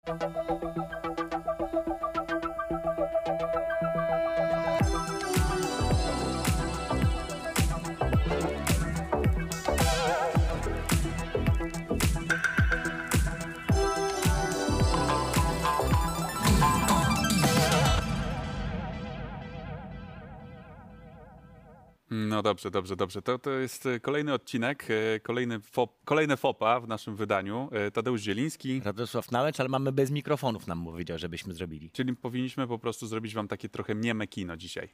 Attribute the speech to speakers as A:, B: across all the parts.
A: No dobrze, dobrze, dobrze. To jest kolejny odcinek, kolejne FOPA w naszym wydaniu. Tadeusz Zieliński.
B: Radosław Nałęcz, ale mamy bez mikrofonów, nam powiedział, żebyśmy zrobili.
A: Czyli powinniśmy po prostu zrobić wam takie trochę nieme kino dzisiaj.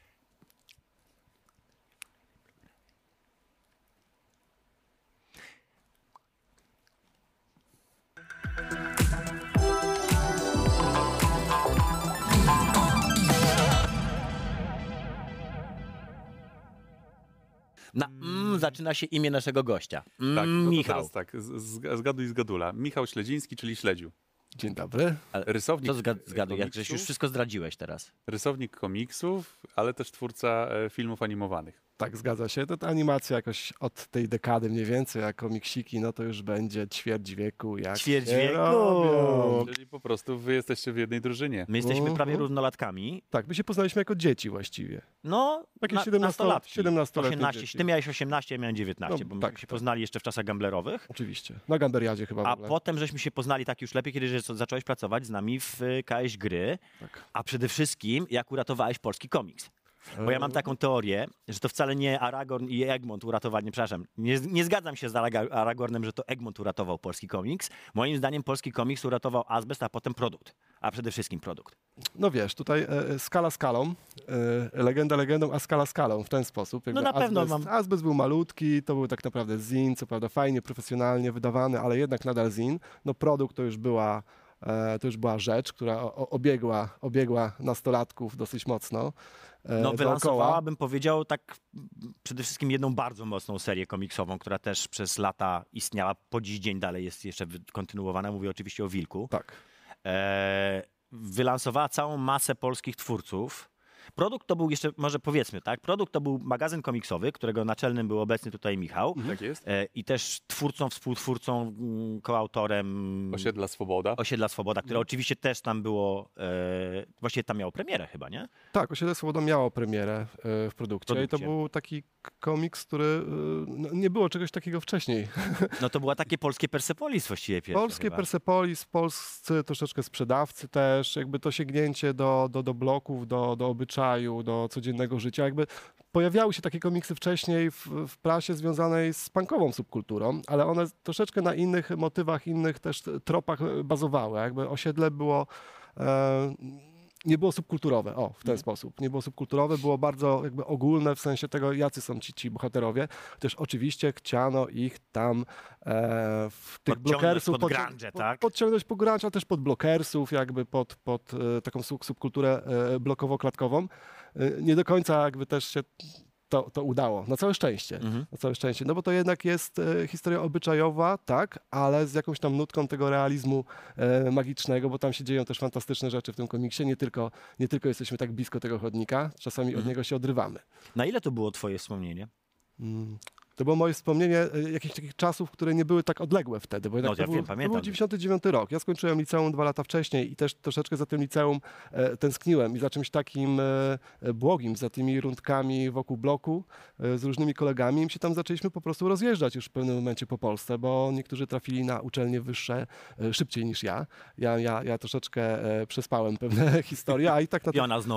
B: Na zaczyna się imię naszego gościa.
A: Tak,
B: Michał.
A: teraz tak, zgaduj zgadula. Michał Śledziński, czyli Śledziu.
C: Dzień dobry.
A: Rysownik
B: Co zgaduj, jak żeś
A: komiksów,
B: już wszystko zdradziłeś teraz.
A: rysownik komiksów, ale też twórca filmów animowanych.
C: Tak, zgadza się. To ta animacja jakoś od tej dekady mniej więcej, jak komiksiki, no to już będzie ćwierć wieku. Jak
B: Ćwierć
C: się
B: wieku!
C: robią.
A: Czyli po prostu wy jesteście w jednej drużynie.
B: My jesteśmy prawie równolatkami.
C: Tak, my się poznaliśmy jako dzieci właściwie.
B: No,
C: Jakieś
B: 17-latki.
C: 17-letnie
B: 18.
C: dzieci.
B: Ty miałeś 18, ja miałem 19,
C: No,
B: bo my
C: tak,
B: się
C: tak.
B: poznali jeszcze w czasach gamblerowych.
C: Oczywiście. Na Gamberiadzie chyba w
B: A
C: ogóle.
B: potem żeśmy się poznali tak już lepiej, kiedy zacząłeś pracować z nami w KS Gry.
C: Tak.
B: A przede wszystkim, jak uratowałeś polski komiks. Bo ja mam taką teorię, że to wcale nie Aragorn i Egmont uratowali, przepraszam, nie zgadzam się z Aragornem, że to Egmont uratował polski komiks. Moim zdaniem polski komiks uratował azbest, a potem produkt. A przede wszystkim produkt.
C: No wiesz, tutaj skala skalą, legenda legendą, a skala skalą w ten sposób. Jakby
B: No na pewno
C: azbest był malutki, to był tak naprawdę zin, co prawda fajnie, profesjonalnie wydawany, ale jednak nadal zin. No produkt to już była rzecz, która obiegła nastolatków dosyć mocno.
B: No wylansowała, bym powiedział, tak przede wszystkim jedną bardzo mocną serię komiksową, która też przez lata istniała, po dziś dzień dalej jest jeszcze kontynuowana. Mówię oczywiście o Wilku.
C: Tak.
B: Wylansowała całą masę polskich twórców. Produkt to był jeszcze, może powiedzmy, tak? Produkt to był magazyn komiksowy, którego naczelnym był obecny tutaj Michał.
A: Tak jest.
B: I też twórcą, współtwórcą, koautorem
A: Osiedla Swoboda,
B: które oczywiście też tam było, właściwie tam miało premierę chyba, nie?
C: Tak, Osiedle Swoboda miało premierę w produkcie i to był taki komiks, który nie było czegoś takiego wcześniej.
B: No to była takie polskie Persepolis właściwie pierwsze
C: Polskie
B: chyba.
C: Persepolis, polscy troszeczkę sprzedawcy też, jakby to sięgnięcie do bloków, do obyczaju, do codziennego życia, jakby pojawiały się takie komiksy wcześniej w prasie związanej z punkową subkulturą, ale one troszeczkę na innych motywach, innych też tropach bazowały. Jakby Osiedle było... nie było subkulturowe, w ten sposób. Nie było subkulturowe, było bardzo jakby ogólne w sensie tego, jacy są ci bohaterowie. Też oczywiście chciano ich tam w tych blokersów podciągnąć pod grunge, ale też pod blokersów, jakby pod taką subkulturę blokowo-klatkową. Nie do końca jakby też się to udało. Na całe szczęście. Na całe szczęście. No bo to jednak jest historia obyczajowa, tak, ale z jakąś tam nutką tego realizmu magicznego, bo tam się dzieją też fantastyczne rzeczy w tym komiksie. Nie tylko jesteśmy tak blisko tego chodnika, czasami od niego się odrywamy.
B: Na ile to było twoje wspomnienie?
C: To było moje wspomnienie jakichś takich czasów, które nie były tak odległe wtedy, bo jednak to był 99 rok. Ja skończyłem liceum 2 lata wcześniej i też troszeczkę za tym liceum tęskniłem i za czymś takim błogim, za tymi rundkami wokół bloku z różnymi kolegami. I się tam zaczęliśmy po prostu rozjeżdżać już w pewnym momencie po Polsce, bo niektórzy trafili na uczelnie wyższe szybciej niż ja. Ja troszeczkę przespałem pewne historie, a i tak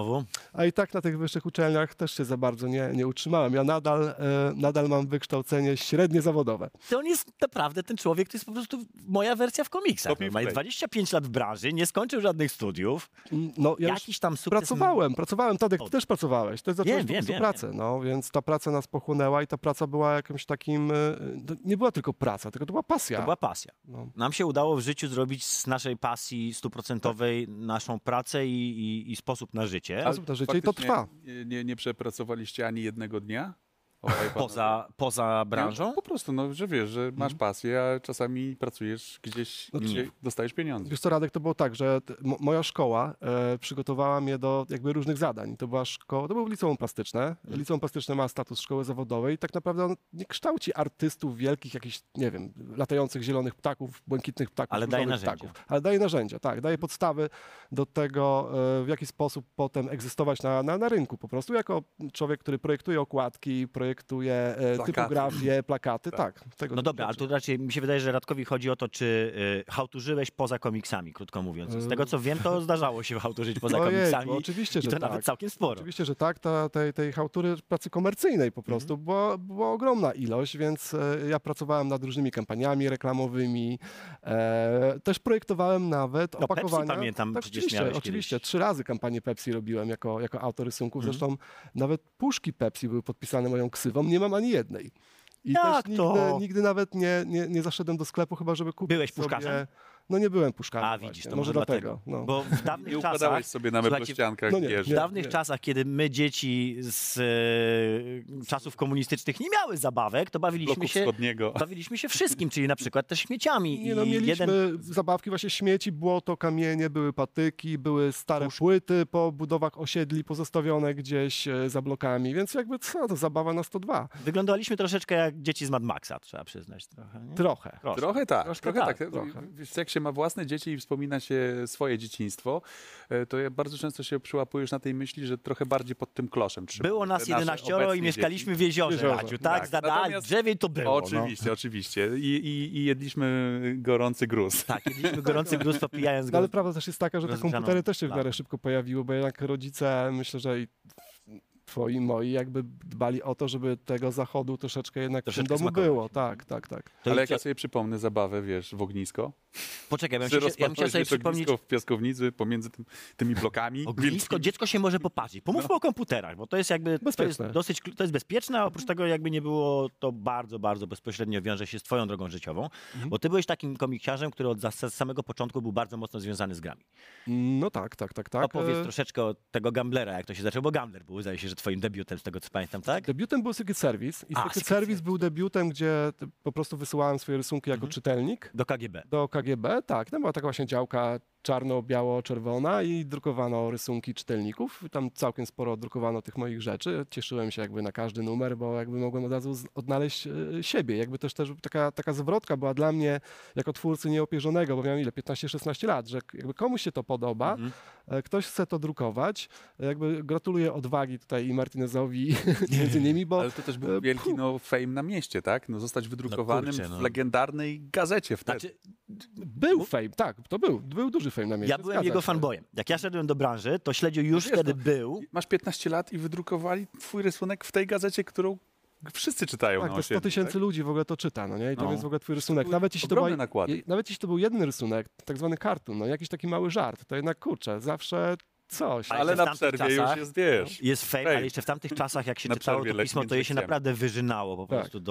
C: na tych wyższych uczelniach też się za bardzo nie utrzymałem. Ja nadal mam wykształcenie średnie zawodowe.
B: To on jest naprawdę, ten człowiek to jest po prostu moja wersja w komiksach. Ma 25 lat w branży, nie skończył żadnych studiów.
C: No, ja
B: jakiś tam sukces...
C: Pracowałem. Tadek, ty też pracowałeś. Ty zacząłeś po prostu pracę. No, więc ta praca nas pochłonęła i ta praca była jakimś takim... nie była tylko praca, tylko to była pasja.
B: To była pasja. No. Nam się udało w życiu zrobić z naszej pasji 100% naszą pracę i sposób na życie.
C: I to trwa.
A: Nie przepracowaliście ani jednego dnia? Oj, panowie.
B: Poza branżą?
A: No, po prostu, no, że wiesz, że masz pasję, a czasami pracujesz gdzieś, gdzie dostajesz pieniądze.
C: Wiesz co, Radek, to było tak, że moja szkoła przygotowała mnie do jakby różnych zadań. To była szkoła, to było liceum plastyczne. Liceum plastyczne ma status szkoły zawodowej i tak naprawdę on nie kształci artystów wielkich, jakichś, nie wiem, latających zielonych ptaków, błękitnych ptaków,
B: Ale daje
C: różowych
B: narzędzia.
C: ptaków. Ale daje narzędzia, tak. Daje podstawy do tego, w jaki sposób potem egzystować na rynku po prostu, jako człowiek, który projektuje okładki, projektuje typografię, plakaty, tak. Tego
B: No
C: typu
B: dobra, ale
C: rzeczy.
B: to raczej mi się wydaje, że Radkowi chodzi o to, czy hałturzyłeś poza komiksami, krótko mówiąc. Z tego co wiem, to zdarzało się hałturzyć poza
C: Ojej,
B: komiksami.
C: oczywiście,
B: I
C: że
B: to
C: tak.
B: nawet całkiem sporo.
C: Oczywiście, że tak, tej hałtury pracy komercyjnej po prostu była ogromna ilość, więc ja pracowałem nad różnymi kampaniami reklamowymi, też projektowałem nawet
B: No, Pepsi
C: opakowania.
B: pamiętam,
C: Tak,
B: przecież miałeś
C: oczywiście,
B: kiedyś.
C: 3 razy kampanię Pepsi robiłem jako autor rysunków, zresztą nawet puszki Pepsi były podpisane moją ksywą, nie mam ani jednej. I
B: Jak
C: też
B: to?
C: nigdy nawet nie zaszedłem do sklepu, chyba żeby kupić
B: Byłeś
C: sobie...
B: puszkarzem?
C: No nie byłem puszkarzem.
B: A widzisz,
C: właśnie.
B: to
C: może dlatego. No.
B: Bo w dawnych
A: Nie
B: czasach...
A: układałeś sobie nawet po
B: Słuchajcie,
A: ściankach
C: no nie,
A: wieży.
B: W dawnych czasach, kiedy my, dzieci z czasów komunistycznych, nie miały zabawek, to
A: Bloku wschodniego.
B: bawiliśmy się wszystkim, czyli na przykład też śmieciami.
C: Nie, no,
B: I
C: mieliśmy zabawki, właśnie śmieci, błoto, kamienie, były patyki, były stare płyty po budowach osiedli pozostawione gdzieś za blokami, więc jakby co, to zabawa na 102.
B: Wyglądaliśmy troszeczkę jak dzieci z Mad Maxa, trzeba przyznać trochę. Nie?
C: Trochę.
A: Trochę tak,
B: Troszkę
A: trochę
B: tak,
A: tak.
C: trochę.
A: Wiesz, jak się ma własne dzieci i wspomina się swoje dzieciństwo, to ja bardzo często się przyłapujesz na tej myśli, że trochę bardziej pod tym kloszem trzymamy.
B: Było nas
A: Te nasze
B: 11 i
A: obecnie
B: mieszkaliśmy w
A: dzieci.
B: jeziorze,
C: Jeziorze,
B: Radziu, tak?
A: tak.
B: Zadać
A: Natomiast-
B: drzewiej to było.
A: Oczywiście, oczywiście. I jedliśmy gorący gruz.
B: Tak, jedliśmy gorący gruz popijając
C: No, ale
B: go.
C: prawda też jest taka, że te
B: rozgrzaną
C: komputery też się w miarę
B: lawę.
C: szybko pojawiły, bo jednak rodzice, myślę, że i twoi, moi jakby dbali o to, żeby tego zachodu troszeczkę jednak w tym
B: Troszeczkę
C: domu
B: smakować.
C: było. Tak.
B: To
A: Ale
B: i
A: jak
B: co-
A: ja sobie przypomnę zabawę, wiesz, w ognisko,
B: Poczekaj,
A: że
B: ja bym chciał
A: rozpalałeś
B: sobie
A: wiesz,
B: przypomnieć
A: ognisko w piaskownicy pomiędzy tymi blokami.
B: ognisko,
A: wielkimi.
B: dziecko się może poparzyć. Pomówmy o komputerach, bo to jest jakby to jest
C: Bezpieczne.
B: dosyć to jest bezpieczne, a oprócz tego jakby nie było, to bardzo, bardzo bezpośrednio wiąże się z twoją drogą życiową, bo ty byłeś takim komiksiarzem, który od samego początku był bardzo mocno związany z grami.
C: No tak.
B: Opowiedz troszeczkę o tego Gamblera, jak to się zaczęło, bo Gambler był, zdaje się, że twoim debiutem, z tego co pamiętam, tak?
C: Debiutem był Secret Service i
B: A,
C: Secret
B: Secret
C: Service był debiutem, gdzie po prostu wysyłałem swoje rysunki jako czytelnik
B: Do KGB.
C: do KGB. Tak, to była taka właśnie działka czarno-biało-czerwona i drukowano rysunki czytelników. Tam całkiem sporo drukowano tych moich rzeczy. Cieszyłem się jakby na każdy numer, bo jakby mogłem od razu odnaleźć siebie. Jakby też taka zwrotka była dla mnie jako twórcy nieopierzonego, bo miałem 15-16 lat, że jakby komuś się to podoba, ktoś chce to drukować. Jakby gratuluję odwagi tutaj i Martinezowi między innymi, bo
A: Ale to też był wielki fame na mieście, tak? No, zostać wydrukowanym
B: kurczę, no.
A: w legendarnej gazecie wtedy.
B: Znaczy,
C: był fame, tak, to był duży fame na mieście.
B: ja byłem
C: zgadza
B: jego
C: się.
B: fanboyem. Jak ja szedłem do branży, to Śledziu już
A: wiesz,
B: wtedy
A: no,
B: był.
A: Masz 15 lat i wydrukowali twój rysunek w tej gazecie, którą wszyscy czytają
C: Tak,
A: na
C: to 100
A: osiedlu,
C: tysięcy
A: tak?
C: ludzi w ogóle to czyta, no nie? I to
A: No.
C: jest w ogóle twój rysunek.
A: były
C: Nawet jeśli, to
A: ogromne
C: była,
A: nakłady.
C: nawet jeśli to był jeden rysunek, tak zwany kartun, no jakiś taki mały żart, to jednak kurczę, zawsze coś.
B: Ale
A: Ale
B: w
A: na
B: tamtych
A: przerwie
B: czasach-
A: już jest, wiesz.
B: Jest fame,
A: Fame.
B: ale jeszcze w tamtych czasach, jak się
A: Na
B: czytało
A: przerwie
B: to pismo, to je się
A: lekcjami.
B: naprawdę wyżynało po
C: Tak.
B: prostu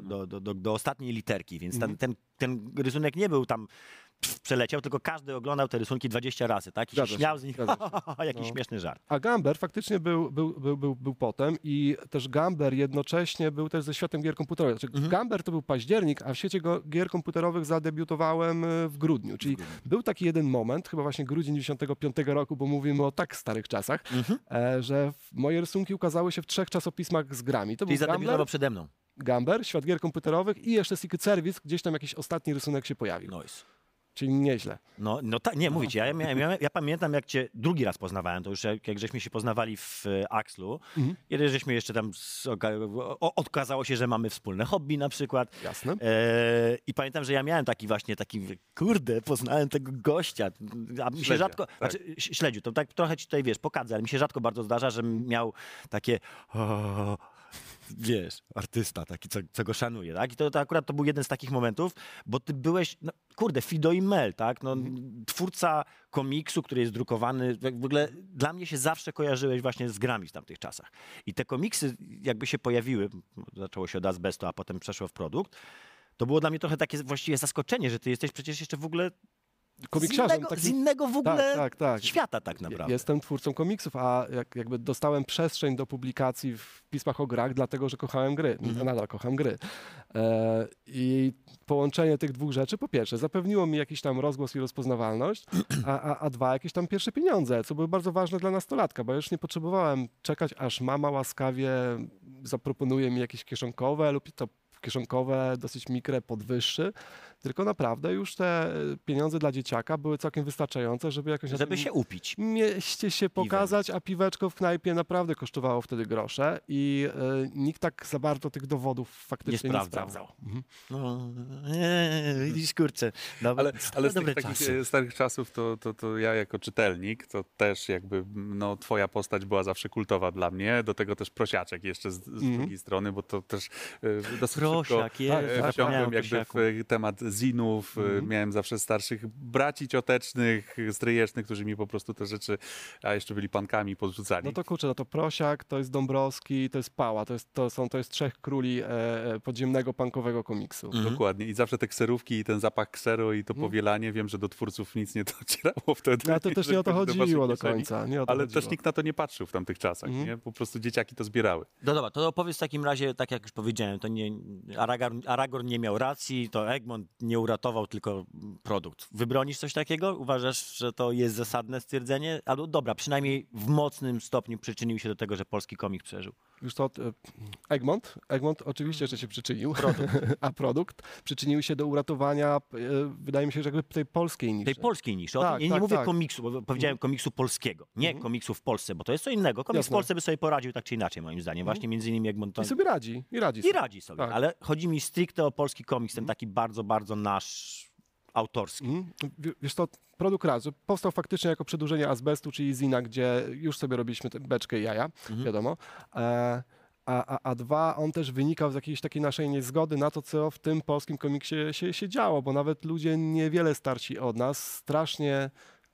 B: do ostatniej literki, więc ten rysunek nie był tam przeleciał, tylko każdy oglądał te rysunki 20 razy, tak? I się
C: Zgadza się,
B: śmiał z nich,
C: zgadza się.
B: jaki
C: No.
B: śmieszny żart.
C: A Gamber faktycznie był potem i też Gamber jednocześnie był też ze światem gier komputerowych. Znaczy, Gamber to był październik, a w świecie gier komputerowych zadebiutowałem w grudniu. Czyli był taki jeden moment, chyba właśnie grudzień 95 roku, bo mówimy o tak starych czasach, że moje rysunki ukazały się w 3 czasopismach z grami. To
B: Czyli
C: był
B: zadebiutował przede mną.
C: Gamber, świat gier komputerowych i jeszcze Secret Service, gdzieś tam jakiś ostatni rysunek się pojawił.
B: Nice.
C: Czyli nieźle.
B: No tak, nie, mówicie, ja pamiętam, jak cię drugi raz poznawałem, to już jak żeśmy się poznawali w Axlu, kiedy żeśmy jeszcze tam, okazało się, że mamy wspólne hobby na przykład.
C: Jasne.
B: I pamiętam, że ja miałem taki, kurde, poznałem tego gościa. A mi się
A: Śledzia,
B: rzadko,
A: tak.
B: znaczy Śledziu, to tak trochę ci tutaj, wiesz, pokażę, ale mi się rzadko bardzo zdarza, że miał takie... Wiesz, artysta taki, co go szanuje, tak? I to akurat to był jeden z takich momentów, bo ty byłeś, no, kurde, Fido i Mel, tak? No, twórca komiksu, który jest drukowany, w ogóle dla mnie się zawsze kojarzyłeś właśnie z grami w tamtych czasach. I te komiksy jakby się pojawiły, zaczęło się od azbestu, a potem przeszło w produkt, to było dla mnie trochę takie właściwie zaskoczenie, że ty jesteś przecież jeszcze w ogóle
C: komiksiarzem.
B: Z innego w ogóle
C: tak.
B: świata tak naprawdę.
C: Jestem twórcą komiksów, a jakby dostałem przestrzeń do publikacji w pismach o grach, dlatego że kochałem gry. Nadal kocham gry. I połączenie tych dwóch rzeczy, po pierwsze, zapewniło mi jakiś tam rozgłos i rozpoznawalność, a dwa, jakieś tam pierwsze pieniądze, co były bardzo ważne dla nastolatka, bo ja już nie potrzebowałem czekać, aż mama łaskawie zaproponuje mi jakieś kieszonkowe lub to kieszonkowe, dosyć mikre podwyższy, tylko naprawdę już te pieniądze dla dzieciaka były całkiem wystarczające, żeby jakoś...
B: Żeby się upić.
C: Mieście się pokazać, a piweczko w knajpie naprawdę kosztowało wtedy grosze i nikt tak za bardzo tych dowodów faktycznie nie sprawdzał.
B: No, widzisz, kurczę.
A: Ale z tych takich starych czasów to ja jako czytelnik, to też jakby no, twoja postać była zawsze kultowa dla mnie, do tego też prosiaczek jeszcze z drugiej strony, bo to też dosyć
B: Prosiak,
A: szybko wciągłem jakby w temat zinów, miałem zawsze starszych braci ciotecznych, stryjecznych, którzy mi po prostu te rzeczy, a jeszcze byli pankami, podrzucali.
C: No to kurczę, no to Prosiak, to jest Dąbrowski, to jest Pała, to jest trzech króli podziemnego punkowego komiksu.
A: Dokładnie i zawsze te kserówki i ten zapach kseru i to powielanie, wiem, że do twórców nic nie docierało wtedy.
C: No, to też nie o to chodziło do
A: kieszeni,
C: końca.
A: Ale też nikt na to nie patrzył w tamtych czasach, nie? Po prostu dzieciaki to zbierały.
B: No dobra, to opowiedz w takim razie, tak jak już powiedziałem, to nie, Aragorn nie miał racji, to Egmont nie uratował tylko produkt. Wybronisz coś takiego? Uważasz, że to jest zasadne stwierdzenie? Albo dobra, przynajmniej w mocnym stopniu przyczynił się do tego, że polski komik przeżył.
C: Już to Egmont oczywiście, że się przyczynił, a produkt przyczynił się do uratowania, wydaje mi się, że jakby tej polskiej niszy.
B: Tej polskiej niszy. Nie mówię komiksu, bo powiedziałem komiksu polskiego, nie komiksu w Polsce, bo to jest co innego. Komiks w Polsce by sobie poradził tak czy inaczej, moim zdaniem. Właśnie między innymi Egmont.
C: I sobie radzi. I
B: radzi sobie, tak. Ale chodzi mi stricte o polski komiks, ten taki bardzo, bardzo nasz, autorski.
C: Wiesz to, produkt raz, że powstał faktycznie jako przedłużenie Azbestu, czyli Zina, gdzie już sobie robiliśmy tę beczkę i jaja, wiadomo. A dwa, on też wynikał z jakiejś takiej naszej niezgody na to, co w tym polskim komiksie się działo, bo nawet ludzie niewiele starsi od nas strasznie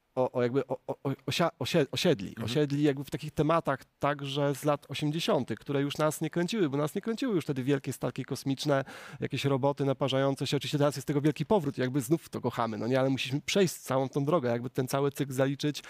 C: osiedli jakby w takich tematach także z lat 80., które już nas nie kręciły, bo nas nie kręciły już wtedy wielkie statki kosmiczne, jakieś roboty naparzające się. Oczywiście teraz jest tego wielki powrót, jakby znów to kochamy, no nie, ale musimy przejść całą tą drogę, jakby ten cały cykl zaliczyć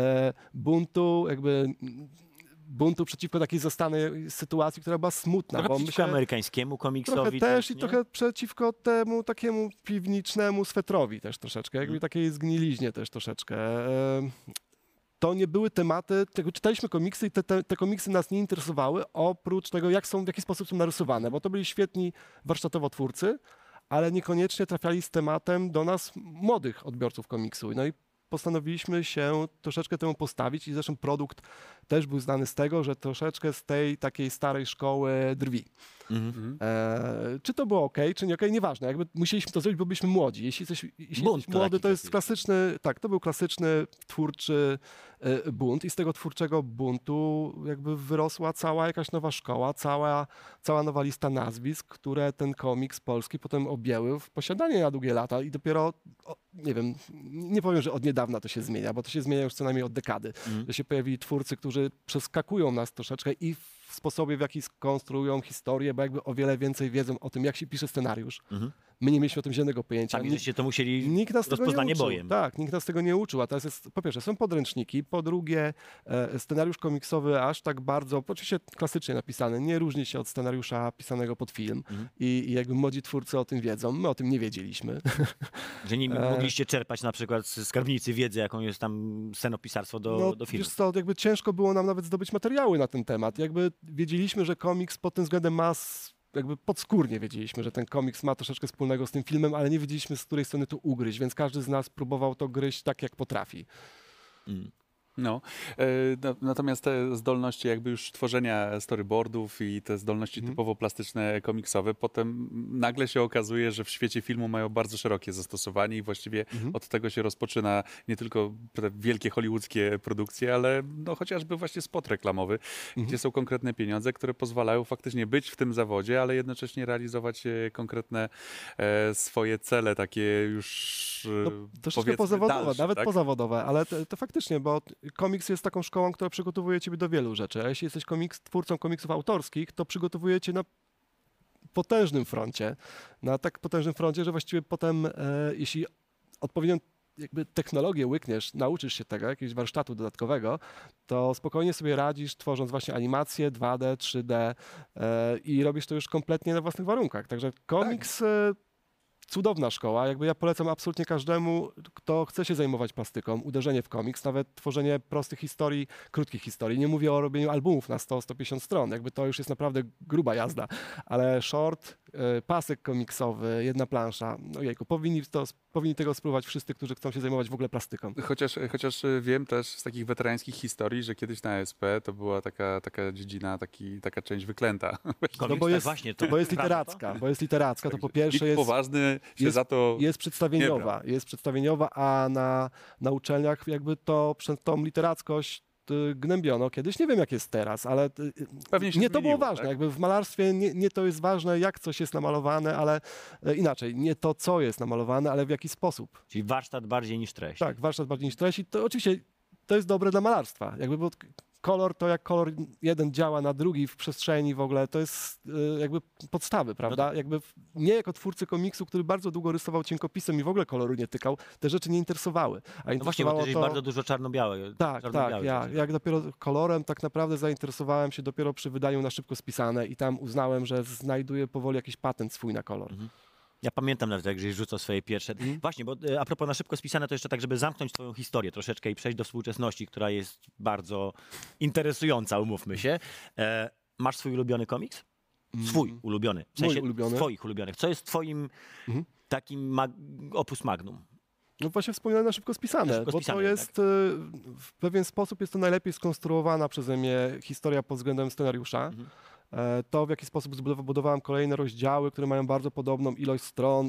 C: buntu przeciwko takiej zastanej sytuacji, która była smutna.
B: Trochę
C: bo
B: przeciwko amerykańskiemu komiksowi.
C: Trochę też i trochę przeciwko temu takiemu piwnicznemu swetrowi też troszeczkę, jakby takiej zgniliźnie też troszeczkę. To nie były tematy, czytaliśmy komiksy i te komiksy nas nie interesowały, oprócz tego, w jaki sposób są narysowane, bo to byli świetni warsztatowo twórcy, ale niekoniecznie trafiali z tematem do nas młodych odbiorców komiksu. No i postanowiliśmy się troszeczkę temu postawić i zresztą produkt też był znany z tego, że troszeczkę z tej takiej starej szkoły drwi. Czy to było ok, czy nie ok, nieważne. Jakby musieliśmy to zrobić, bo byliśmy młodzi. Jeśli jesteś młody, to jest klasyczny, to był klasyczny, twórczy bunt i z tego twórczego buntu jakby wyrosła cała jakaś nowa szkoła, cała nowa lista nazwisk, które ten komiks polski potem objęły w posiadanie na długie lata i dopiero, nie wiem, nie powiem, że od niedawna to się zmienia, bo to się zmienia już co najmniej od dekady, że się pojawili twórcy, którzy przeskakują nas troszeczkę i w sposobie, w jaki skonstruują historię, bo jakby o wiele więcej wiedzą o tym, jak się pisze scenariusz. My nie mieliśmy o tym żadnego pojęcia.
B: Sami żeście to musieli
C: nikt nas
B: rozpoznanie
C: tego nie
B: bojem.
C: Tak, nikt nas tego nie uczył, a teraz jest, po pierwsze, są podręczniki, po drugie, scenariusz komiksowy aż tak bardzo, oczywiście klasycznie napisany, nie różni się od scenariusza pisanego pod film i jakby młodzi twórcy o tym wiedzą, my o tym nie wiedzieliśmy.
B: Że nie mogliście czerpać na przykład z skarbnicy wiedzy, jaką jest tam scenopisarstwo do filmu.
C: Wiesz co, jakby ciężko było nam nawet zdobyć materiały na ten temat. Jakby wiedzieliśmy, że komiks pod tym względem jakby podskórnie wiedzieliśmy, że ten komiks ma troszeczkę wspólnego z tym filmem, ale nie wiedzieliśmy, z której strony to ugryźć, więc każdy z nas próbował to gryźć tak, jak potrafi.
A: Natomiast te zdolności jakby już tworzenia storyboardów i te zdolności typowo plastyczne, komiksowe, potem nagle się okazuje, że w świecie filmu mają bardzo szerokie zastosowanie i właściwie od tego się rozpoczyna nie tylko te wielkie hollywoodzkie produkcje, ale no chociażby właśnie spot reklamowy, gdzie są konkretne pieniądze, które pozwalają faktycznie być w tym zawodzie, ale jednocześnie realizować konkretne swoje cele, takie już
C: troszeczkę pozawodowe,
A: dalsze,
C: nawet
A: tak?
C: pozawodowe, ale to faktycznie, bo komiks jest taką szkołą, która przygotowuje ciebie do wielu rzeczy, a jeśli jesteś twórcą komiksów autorskich, to przygotowuje cię na potężnym froncie, na tak potężnym froncie, że właściwie potem, jeśli odpowiednią jakby technologię łykniesz, nauczysz się tego, jakiegoś warsztatu dodatkowego, to spokojnie sobie radzisz, tworząc właśnie animacje 2D, 3D i robisz to już kompletnie na własnych warunkach. Także komiks... Cudowna szkoła, jakby ja polecam absolutnie każdemu, kto chce się zajmować plastyką, uderzenie w komiks, nawet tworzenie prostych historii, krótkich historii. Nie mówię o robieniu albumów na 100-150 stron, jakby to już jest naprawdę gruba jazda, ale short, pasek komiksowy, jedna plansza, ojejku, powinni tego spróbować wszyscy, którzy chcą się zajmować w ogóle plastyką.
A: Chociaż wiem też z takich weterańskich historii, że kiedyś na ASP to była taka dziedzina, taka część wyklęta.
B: Komiks,
C: bo jest,
B: właśnie,
C: bo jest literacka, to po pierwsze jest...
A: poważny się za to
C: jest przedstawieniowa, a na uczelniach jakby to przez tą literackość gnębiono kiedyś. Nie wiem, jak jest teraz, ale
A: Pewnie się
C: nie to było
A: zmieniło,
C: ważne.
A: tak?
C: Jakby w malarstwie nie to jest ważne, jak coś jest namalowane, ale inaczej, nie to, co jest namalowane, ale w jaki sposób.
B: Czyli warsztat bardziej niż treść.
C: Tak, warsztat bardziej niż treść i to oczywiście to jest dobre dla malarstwa. Jakby, bo kolor to jak kolor jeden działa na drugi w przestrzeni w ogóle, to jest jakby podstawy, prawda? Jakby mnie jako twórcy komiksu, który bardzo długo rysował cienkopisem i w ogóle koloru nie tykał, te rzeczy nie interesowały. A
B: No właśnie, bo też jest bardzo dużo czarno-białe.
C: Tak. Jak dopiero kolorem tak naprawdę zainteresowałem się dopiero przy wydaniu na szybko spisane i tam uznałem, że znajduję powoli jakiś patent swój na kolor.
B: Ja pamiętam nawet, jak żeś rzucał swoje pierwsze... Właśnie, bo a propos na szybko spisane, to jeszcze tak, żeby zamknąć twoją historię troszeczkę i przejść do współczesności, która jest bardzo interesująca, umówmy się. Masz swój ulubiony komiks? Swój ulubiony. W sensie
C: Mój ulubiony.
B: Twoich ulubionych. Co jest twoim takim opus magnum?
C: No właśnie wspomniałem na szybko spisane, bo to jest w pewien sposób jest to najlepiej skonstruowana przeze mnie historia pod względem scenariusza. To, w jaki sposób zbudowałem kolejne rozdziały, które mają bardzo podobną ilość stron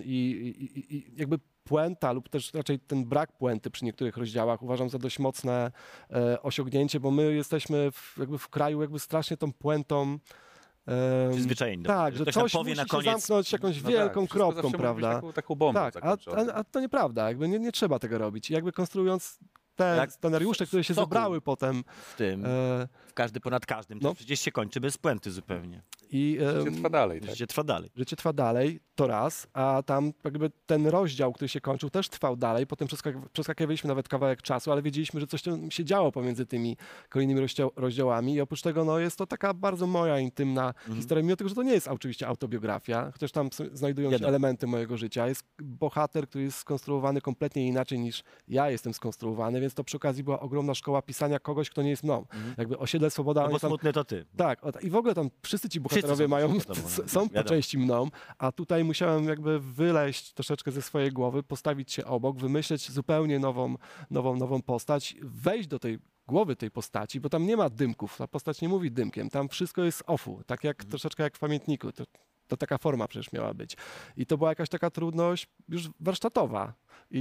C: i jakby puenta lub też raczej ten brak puenty przy niektórych rozdziałach uważam za dość mocne osiągnięcie, bo my jesteśmy w kraju jakby strasznie tą puentą
B: Przyzwyczajeni.
C: Tak, że coś
B: powie
C: musi
B: na
C: się
B: koniec
C: zamknąć jakąś wielką kropką, prawda?
A: Taką bombę
C: Tak, a to nieprawda, jakby nie trzeba tego robić. Jakby konstruując te scenariusze, które się zebrały potem.
B: W tym, ponad każdym, to przecież się kończy bez puenty zupełnie.
A: Życie trwa dalej. Tak?
B: Życie trwa dalej.
C: Życie trwa dalej, to raz, a tam jakby ten rozdział, który się kończył, też trwał dalej. Potem przeskakiwaliśmy nawet kawałek czasu, ale wiedzieliśmy, że coś tam się działo pomiędzy tymi kolejnymi rozdziałami i oprócz tego no, jest to taka bardzo moja intymna historia, mimo tego, że to nie jest oczywiście autobiografia, chociaż tam znajdują się elementy mojego życia. Jest bohater, który jest skonstruowany kompletnie inaczej niż ja jestem skonstruowany, więc to przy okazji była ogromna szkoła pisania kogoś, kto nie jest mną. Jakby Osiedle Swoboda...
B: No bo smutny to ty.
C: Tak, i w ogóle tam wszyscy ci bohaterowie są po części mną, a tutaj musiałem jakby wyleźć troszeczkę ze swojej głowy, postawić się obok, wymyśleć zupełnie nową postać, wejść do tej głowy tej postaci, bo tam nie ma dymków, ta postać nie mówi dymkiem, tam wszystko jest offu, tak jak troszeczkę jak w Pamiętniku. To taka forma przecież miała być. I to była jakaś taka trudność już warsztatowa.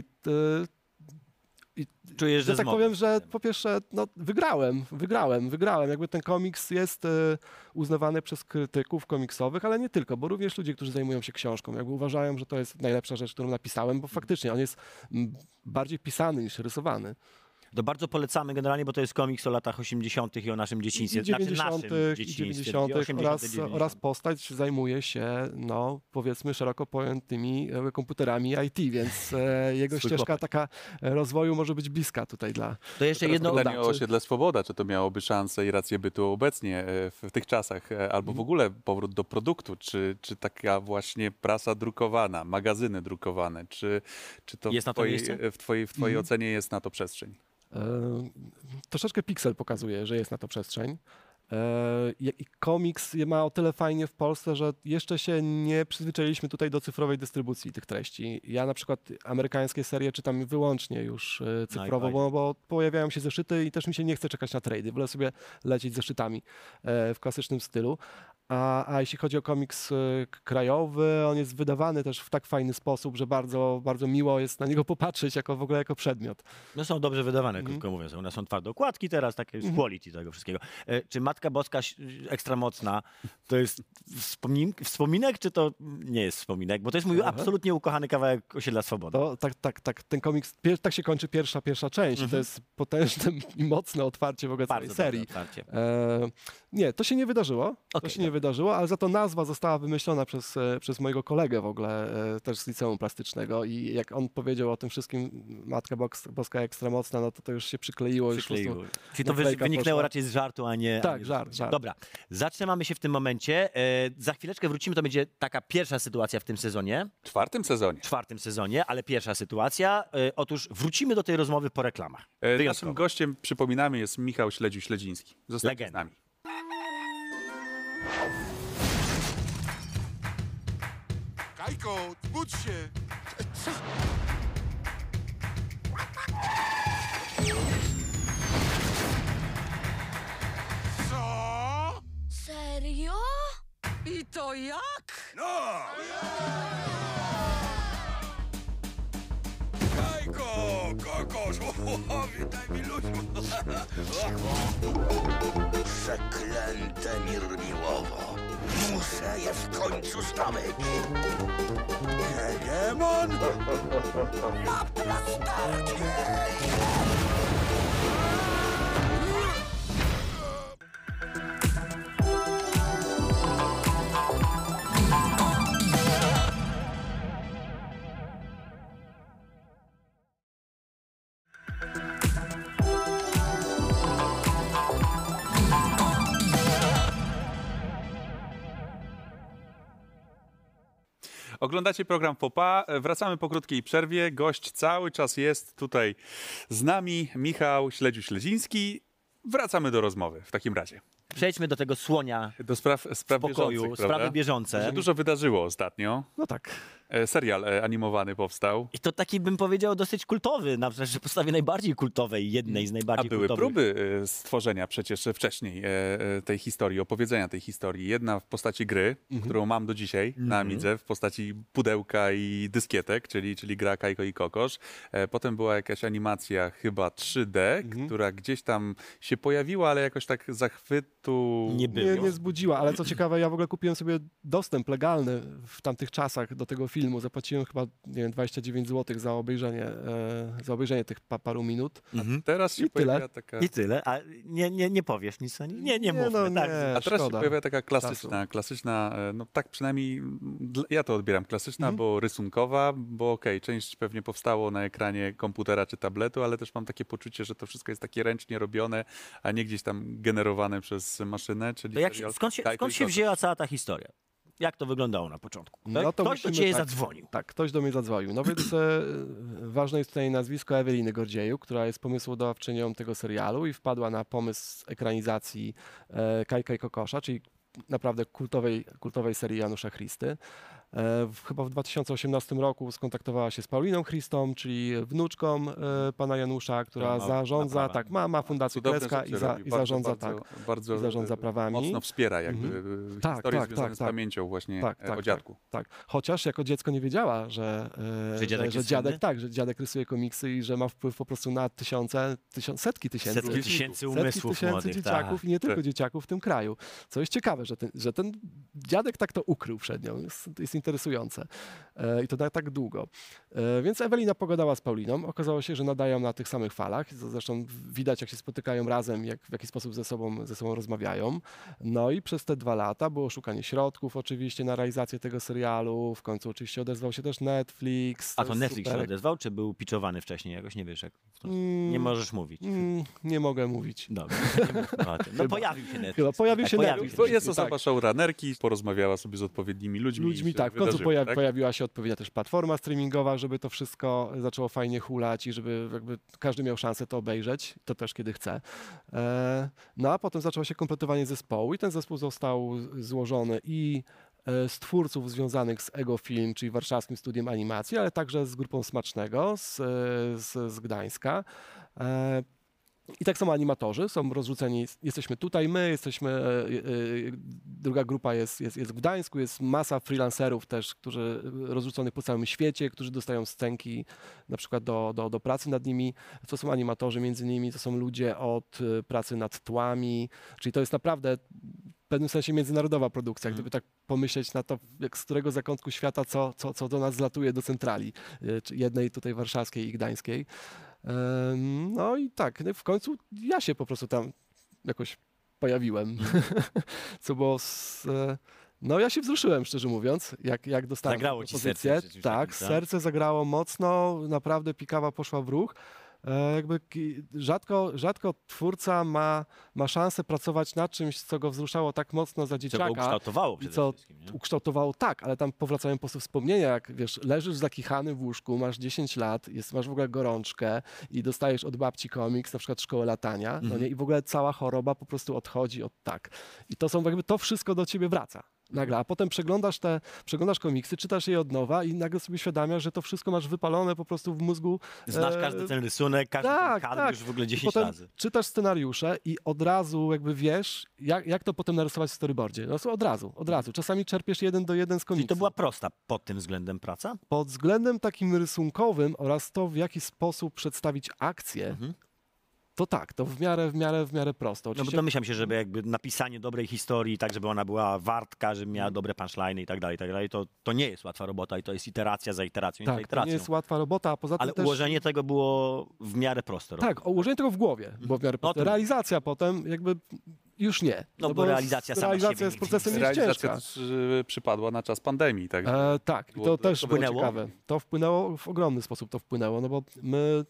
B: Czujesz, że
C: tak powiem, że po pierwsze no, wygrałem. Jakby ten komiks jest uznawany przez krytyków komiksowych, ale nie tylko, bo również ludzie, którzy zajmują się książką, jakby uważają, że to jest najlepsza rzecz, którą napisałem, bo faktycznie on jest bardziej pisany niż rysowany.
B: To bardzo polecamy generalnie, bo to jest komiks o latach 80. i o naszym dzieciństwie.
C: 90. oraz postać zajmuje się, no powiedzmy, szeroko pojętymi komputerami IT, więc jego ścieżka taka rozwoju może być bliska tutaj dla...
B: To jeszcze jedno
A: pytanie o Osiedle Swoboda, czy to miałoby szansę i rację bytu obecnie w tych czasach, albo w ogóle powrót do produktu, czy taka właśnie prasa drukowana, magazyny drukowane, czy to
B: jest
A: w twojej ocenie jest na to przestrzeń?
C: Troszeczkę Pixel pokazuje, że jest na to przestrzeń. I komiks ma o tyle fajnie w Polsce, że jeszcze się nie przyzwyczailiśmy tutaj do cyfrowej dystrybucji tych treści. Ja na przykład amerykańskie serie czytam wyłącznie już cyfrowo, bo pojawiają się zeszyty i też mi się nie chce czekać na trady. Wolę sobie lecieć zeszytami w klasycznym stylu. A jeśli chodzi o komiks krajowy, on jest wydawany też w tak fajny sposób, że bardzo, bardzo miło jest na niego popatrzeć w ogóle jako przedmiot.
B: No są dobrze wydawane, krótko mówiąc. U nas są twarde okładki teraz, takie jest quality tego wszystkiego. Czy Matka Boska ekstra mocna to jest wspominek, czy to nie jest wspominek? Bo to jest mój absolutnie ukochany kawałek Osiedla Swobody.
C: Tak. Ten komiks, tak się kończy pierwsza część. To jest potężne i mocne otwarcie w ogóle całej serii. Nie, to się nie wydarzyło. To się nie wydarzyło. wydarzyło, ale za to nazwa została wymyślona przez mojego kolegę w ogóle, też z liceum plastycznego i jak on powiedział o tym wszystkim, Matka Boska ekstra mocna, no to już się przykleiło.
B: Przykleiło. Czyli to
C: naklejka
B: wyniknęło
C: poszła.
B: raczej z żartu, a nie...
C: Tak,
B: a nie
C: żart.
B: Dobra, zatrzymamy się w tym momencie. Za chwileczkę wrócimy, to będzie taka pierwsza sytuacja w tym sezonie.
A: W czwartym sezonie,
B: Ale pierwsza sytuacja. Otóż wrócimy do tej rozmowy po reklamach.
A: Naszym
B: Wyjątkowo.
A: gościem, przypominamy, jest Michał Śledziu-Śledziński. Zostańcie z
B: Legenda.
A: nami.
D: Kajko, zbudź się! Co?
E: Serio? I to jak?
D: No! Kajko, kokos, witaj milusiu.
F: Przeklęte Mirmiłowo. Muszę je w końcu zdobyć.
D: Hegemon?
F: Na plasterki!
A: Oglądacie program Popa. Wracamy po krótkiej przerwie. Gość cały czas jest tutaj z nami, Michał Śledziu-Śledziński. Wracamy do rozmowy w takim razie.
B: Przejdźmy do tego słonia
A: Do spraw
B: w pokoju,
A: bieżących,
B: sprawy
A: prawda?
B: bieżące.
A: Że dużo wydarzyło ostatnio.
C: No tak.
A: Serial animowany powstał.
B: I to taki, bym powiedział, dosyć kultowy, na przykład, że podstawie najbardziej kultowej, jednej z
A: A
B: najbardziej
A: były
B: kultowych.
A: próby stworzenia przecież wcześniej tej historii, opowiedzenia tej historii. Jedna w postaci gry, którą mam do dzisiaj na Amidze, w postaci pudełka i dyskietek, czyli gra Kajko i Kokosz. Potem była jakaś animacja chyba 3D, która gdzieś tam się pojawiła, ale jakoś tak zachwytu
B: Nie było.
C: Nie zbudziła, ale co ciekawe, ja w ogóle kupiłem sobie dostęp legalny w tamtych czasach do tego filmu. Zapłaciłem chyba, nie wiem, 29 zł za obejrzenie tych paru minut.
A: Teraz się
C: I tyle.
A: pojawia taka...
B: I tyle. A nie powiesz nic o nim? Nie mówmy.
C: no,
B: tak.
C: nie.
A: A teraz się
C: szkoda
A: pojawia taka klasyczna, no tak przynajmniej ja to odbieram, klasyczna, bo rysunkowa, bo okej, część pewnie powstało na ekranie komputera czy tabletu, ale też mam takie poczucie, że to wszystko jest takie ręcznie robione, a nie gdzieś tam generowane przez maszynę, czyli
B: To jak
A: serial
B: skąd się
A: Kajko i Kokosz.
B: wzięła cała ta historia? Jak to wyglądało na początku?
C: No to
B: Ktoś do
C: musimy
B: ciebie
C: tak-
B: zadzwonił.
C: Tak, ktoś do mnie zadzwonił. No więc ważne jest tutaj nazwisko Eweliny Gordzieju, która jest pomysłodawczynią tego serialu i wpadła na pomysł ekranizacji Kajka i Kokosza, czyli naprawdę kultowej serii Janusza Christy. Chyba w 2018 roku skontaktowała się z Pauliną Christą, czyli wnuczką pana Janusza, która
B: ma
C: zarządza,
B: prawa.
C: ma fundację
A: Cudowne
C: Kreska
A: rzeczy
C: i
A: robi.
C: i
A: Bardzo,
C: zarządza
A: bardzo,
C: tak.
A: bardzo
C: i zarządza prawami.
A: mocno wspiera jakby
C: Tak,
A: historie
C: tak,
A: związane
C: tak,
A: z
C: tak.
A: pamięcią właśnie
C: Tak,
A: o dziadku.
C: Tak. Chociaż jako dziecko nie wiedziała, że
B: dziadek jest
C: dziadek,
B: słynny?
C: tak, że dziadek rysuje komiksy i że ma wpływ po prostu na setki tysięcy.
B: Setki tysięcy umysłów
C: tysięcy
B: młodych.
C: dzieciaków
B: Tak.
C: i nie tylko
A: Tak.
C: dzieciaków w tym kraju. Co jest ciekawe, że ten dziadek tak to ukrył przed nią. Jest interesujące. I to tak długo. Więc Ewelina pogadała z Pauliną. Okazało się, że nadają na tych samych falach. Zresztą widać, jak się spotykają razem, w jaki sposób ze sobą rozmawiają. No i przez te 2 lata było szukanie środków oczywiście na realizację tego serialu. W końcu oczywiście odezwał się też Netflix.
B: A to
C: jest
B: Netflix się
C: super.
B: odezwał, czy był pitchowany wcześniej? Jakoś nie wiesz, jak...
C: Mm,
B: Nie możesz mówić.
C: Nie mogę mówić.
B: Dobra, nie mówmy o tym. No pojawił się Netflix.
C: Chyba pojawił się
B: pojawił
C: Netflix.
A: Bo jest
C: Tak.
A: osoba showrunnerki, porozmawiała sobie z odpowiednimi ludźmi. i się
C: Tak, w końcu
A: wydarzyło, tak?
C: pojawiła się odpowiednia też platforma streamingowa, żeby to wszystko zaczęło fajnie hulać i żeby jakby każdy miał szansę to obejrzeć, to też kiedy chce. No a potem zaczęło się kompletowanie zespołu i ten zespół został złożony i z twórców związanych z Ego Film, czyli warszawskim studiem animacji, ale także z grupą Smacznego z Gdańska. I tak samo animatorzy są rozrzuceni, jesteśmy tutaj my, druga grupa jest w Gdańsku, jest masa freelancerów też, którzy rozrzuconych po całym świecie, którzy dostają scenki na przykład do pracy nad nimi. To są animatorzy między innymi, to są ludzie od pracy nad tłami, czyli to jest naprawdę w pewnym sensie międzynarodowa produkcja, gdyby tak pomyśleć na to, z którego zakątku świata co do nas zlatuje do centrali, czy jednej tutaj warszawskiej i gdańskiej. No i tak, w końcu ja się po prostu tam jakoś pojawiłem. Co było no ja się wzruszyłem, szczerze mówiąc, jak dostałem
B: Zagrało ci
C: propozycję.
B: serce przecież
C: Tak,
B: takim, tak?
C: serce zagrało mocno, naprawdę pikawa poszła w ruch. Rzadko twórca ma szansę pracować nad czymś, co go wzruszało tak mocno za
B: Co
C: dzieciaka.
B: go ukształtowało
C: I
B: przede
C: co
B: wszystkim. Nie?
C: ukształtowało tak, ale tam powracają po prostu wspomnienia, jak wiesz, leżysz zakichany w łóżku, masz 10 lat, masz w ogóle gorączkę i dostajesz od babci komiks, na przykład Szkołę latania, no nie? I w ogóle cała choroba po prostu odchodzi od tak. I to są jakby to wszystko do ciebie wraca. Nagle, a potem przeglądasz komiksy, czytasz je od nowa i nagle sobie uświadamiasz, że to wszystko masz wypalone po prostu w mózgu.
B: Znasz każdy ten rysunek, każdy ten kadr już w ogóle 10
C: potem
B: razy.
C: czytasz scenariusze i od razu jakby wiesz, jak to potem narysować w storyboardzie. No od razu. Czasami czerpiesz 1 do 1 z komiksu.
B: Czyli to była prosta pod tym względem praca?
C: Pod względem takim rysunkowym oraz to, w jaki sposób przedstawić akcję, to tak, to w miarę prosto.
B: No bo
C: Oczywiście
B: domyślam się, żeby jakby napisanie dobrej historii, tak żeby ona była wartka, żeby miała dobre punchline'y i tak dalej, to nie jest łatwa robota i to jest iteracja za iteracją i za
C: tak, to
B: iteracją.
C: nie jest łatwa robota, a poza tym
B: Ale
C: też...
B: ułożenie tego było w miarę proste.
C: Tak, ułożenie tego w głowie było w miarę proste.
B: to-
C: Realizacja potem jakby już nie.
B: No bo realizacja sama
C: realizacja
B: siebie
C: z procesem jest
A: Realizacja
C: ciężka.
A: też przypadła na czas pandemii, tak?
C: Tak, i
A: Było
C: to
A: to
C: też było
B: wpłynęło?
C: ciekawe. To wpłynęło, w ogromny sposób to wpłynęło, no bo my,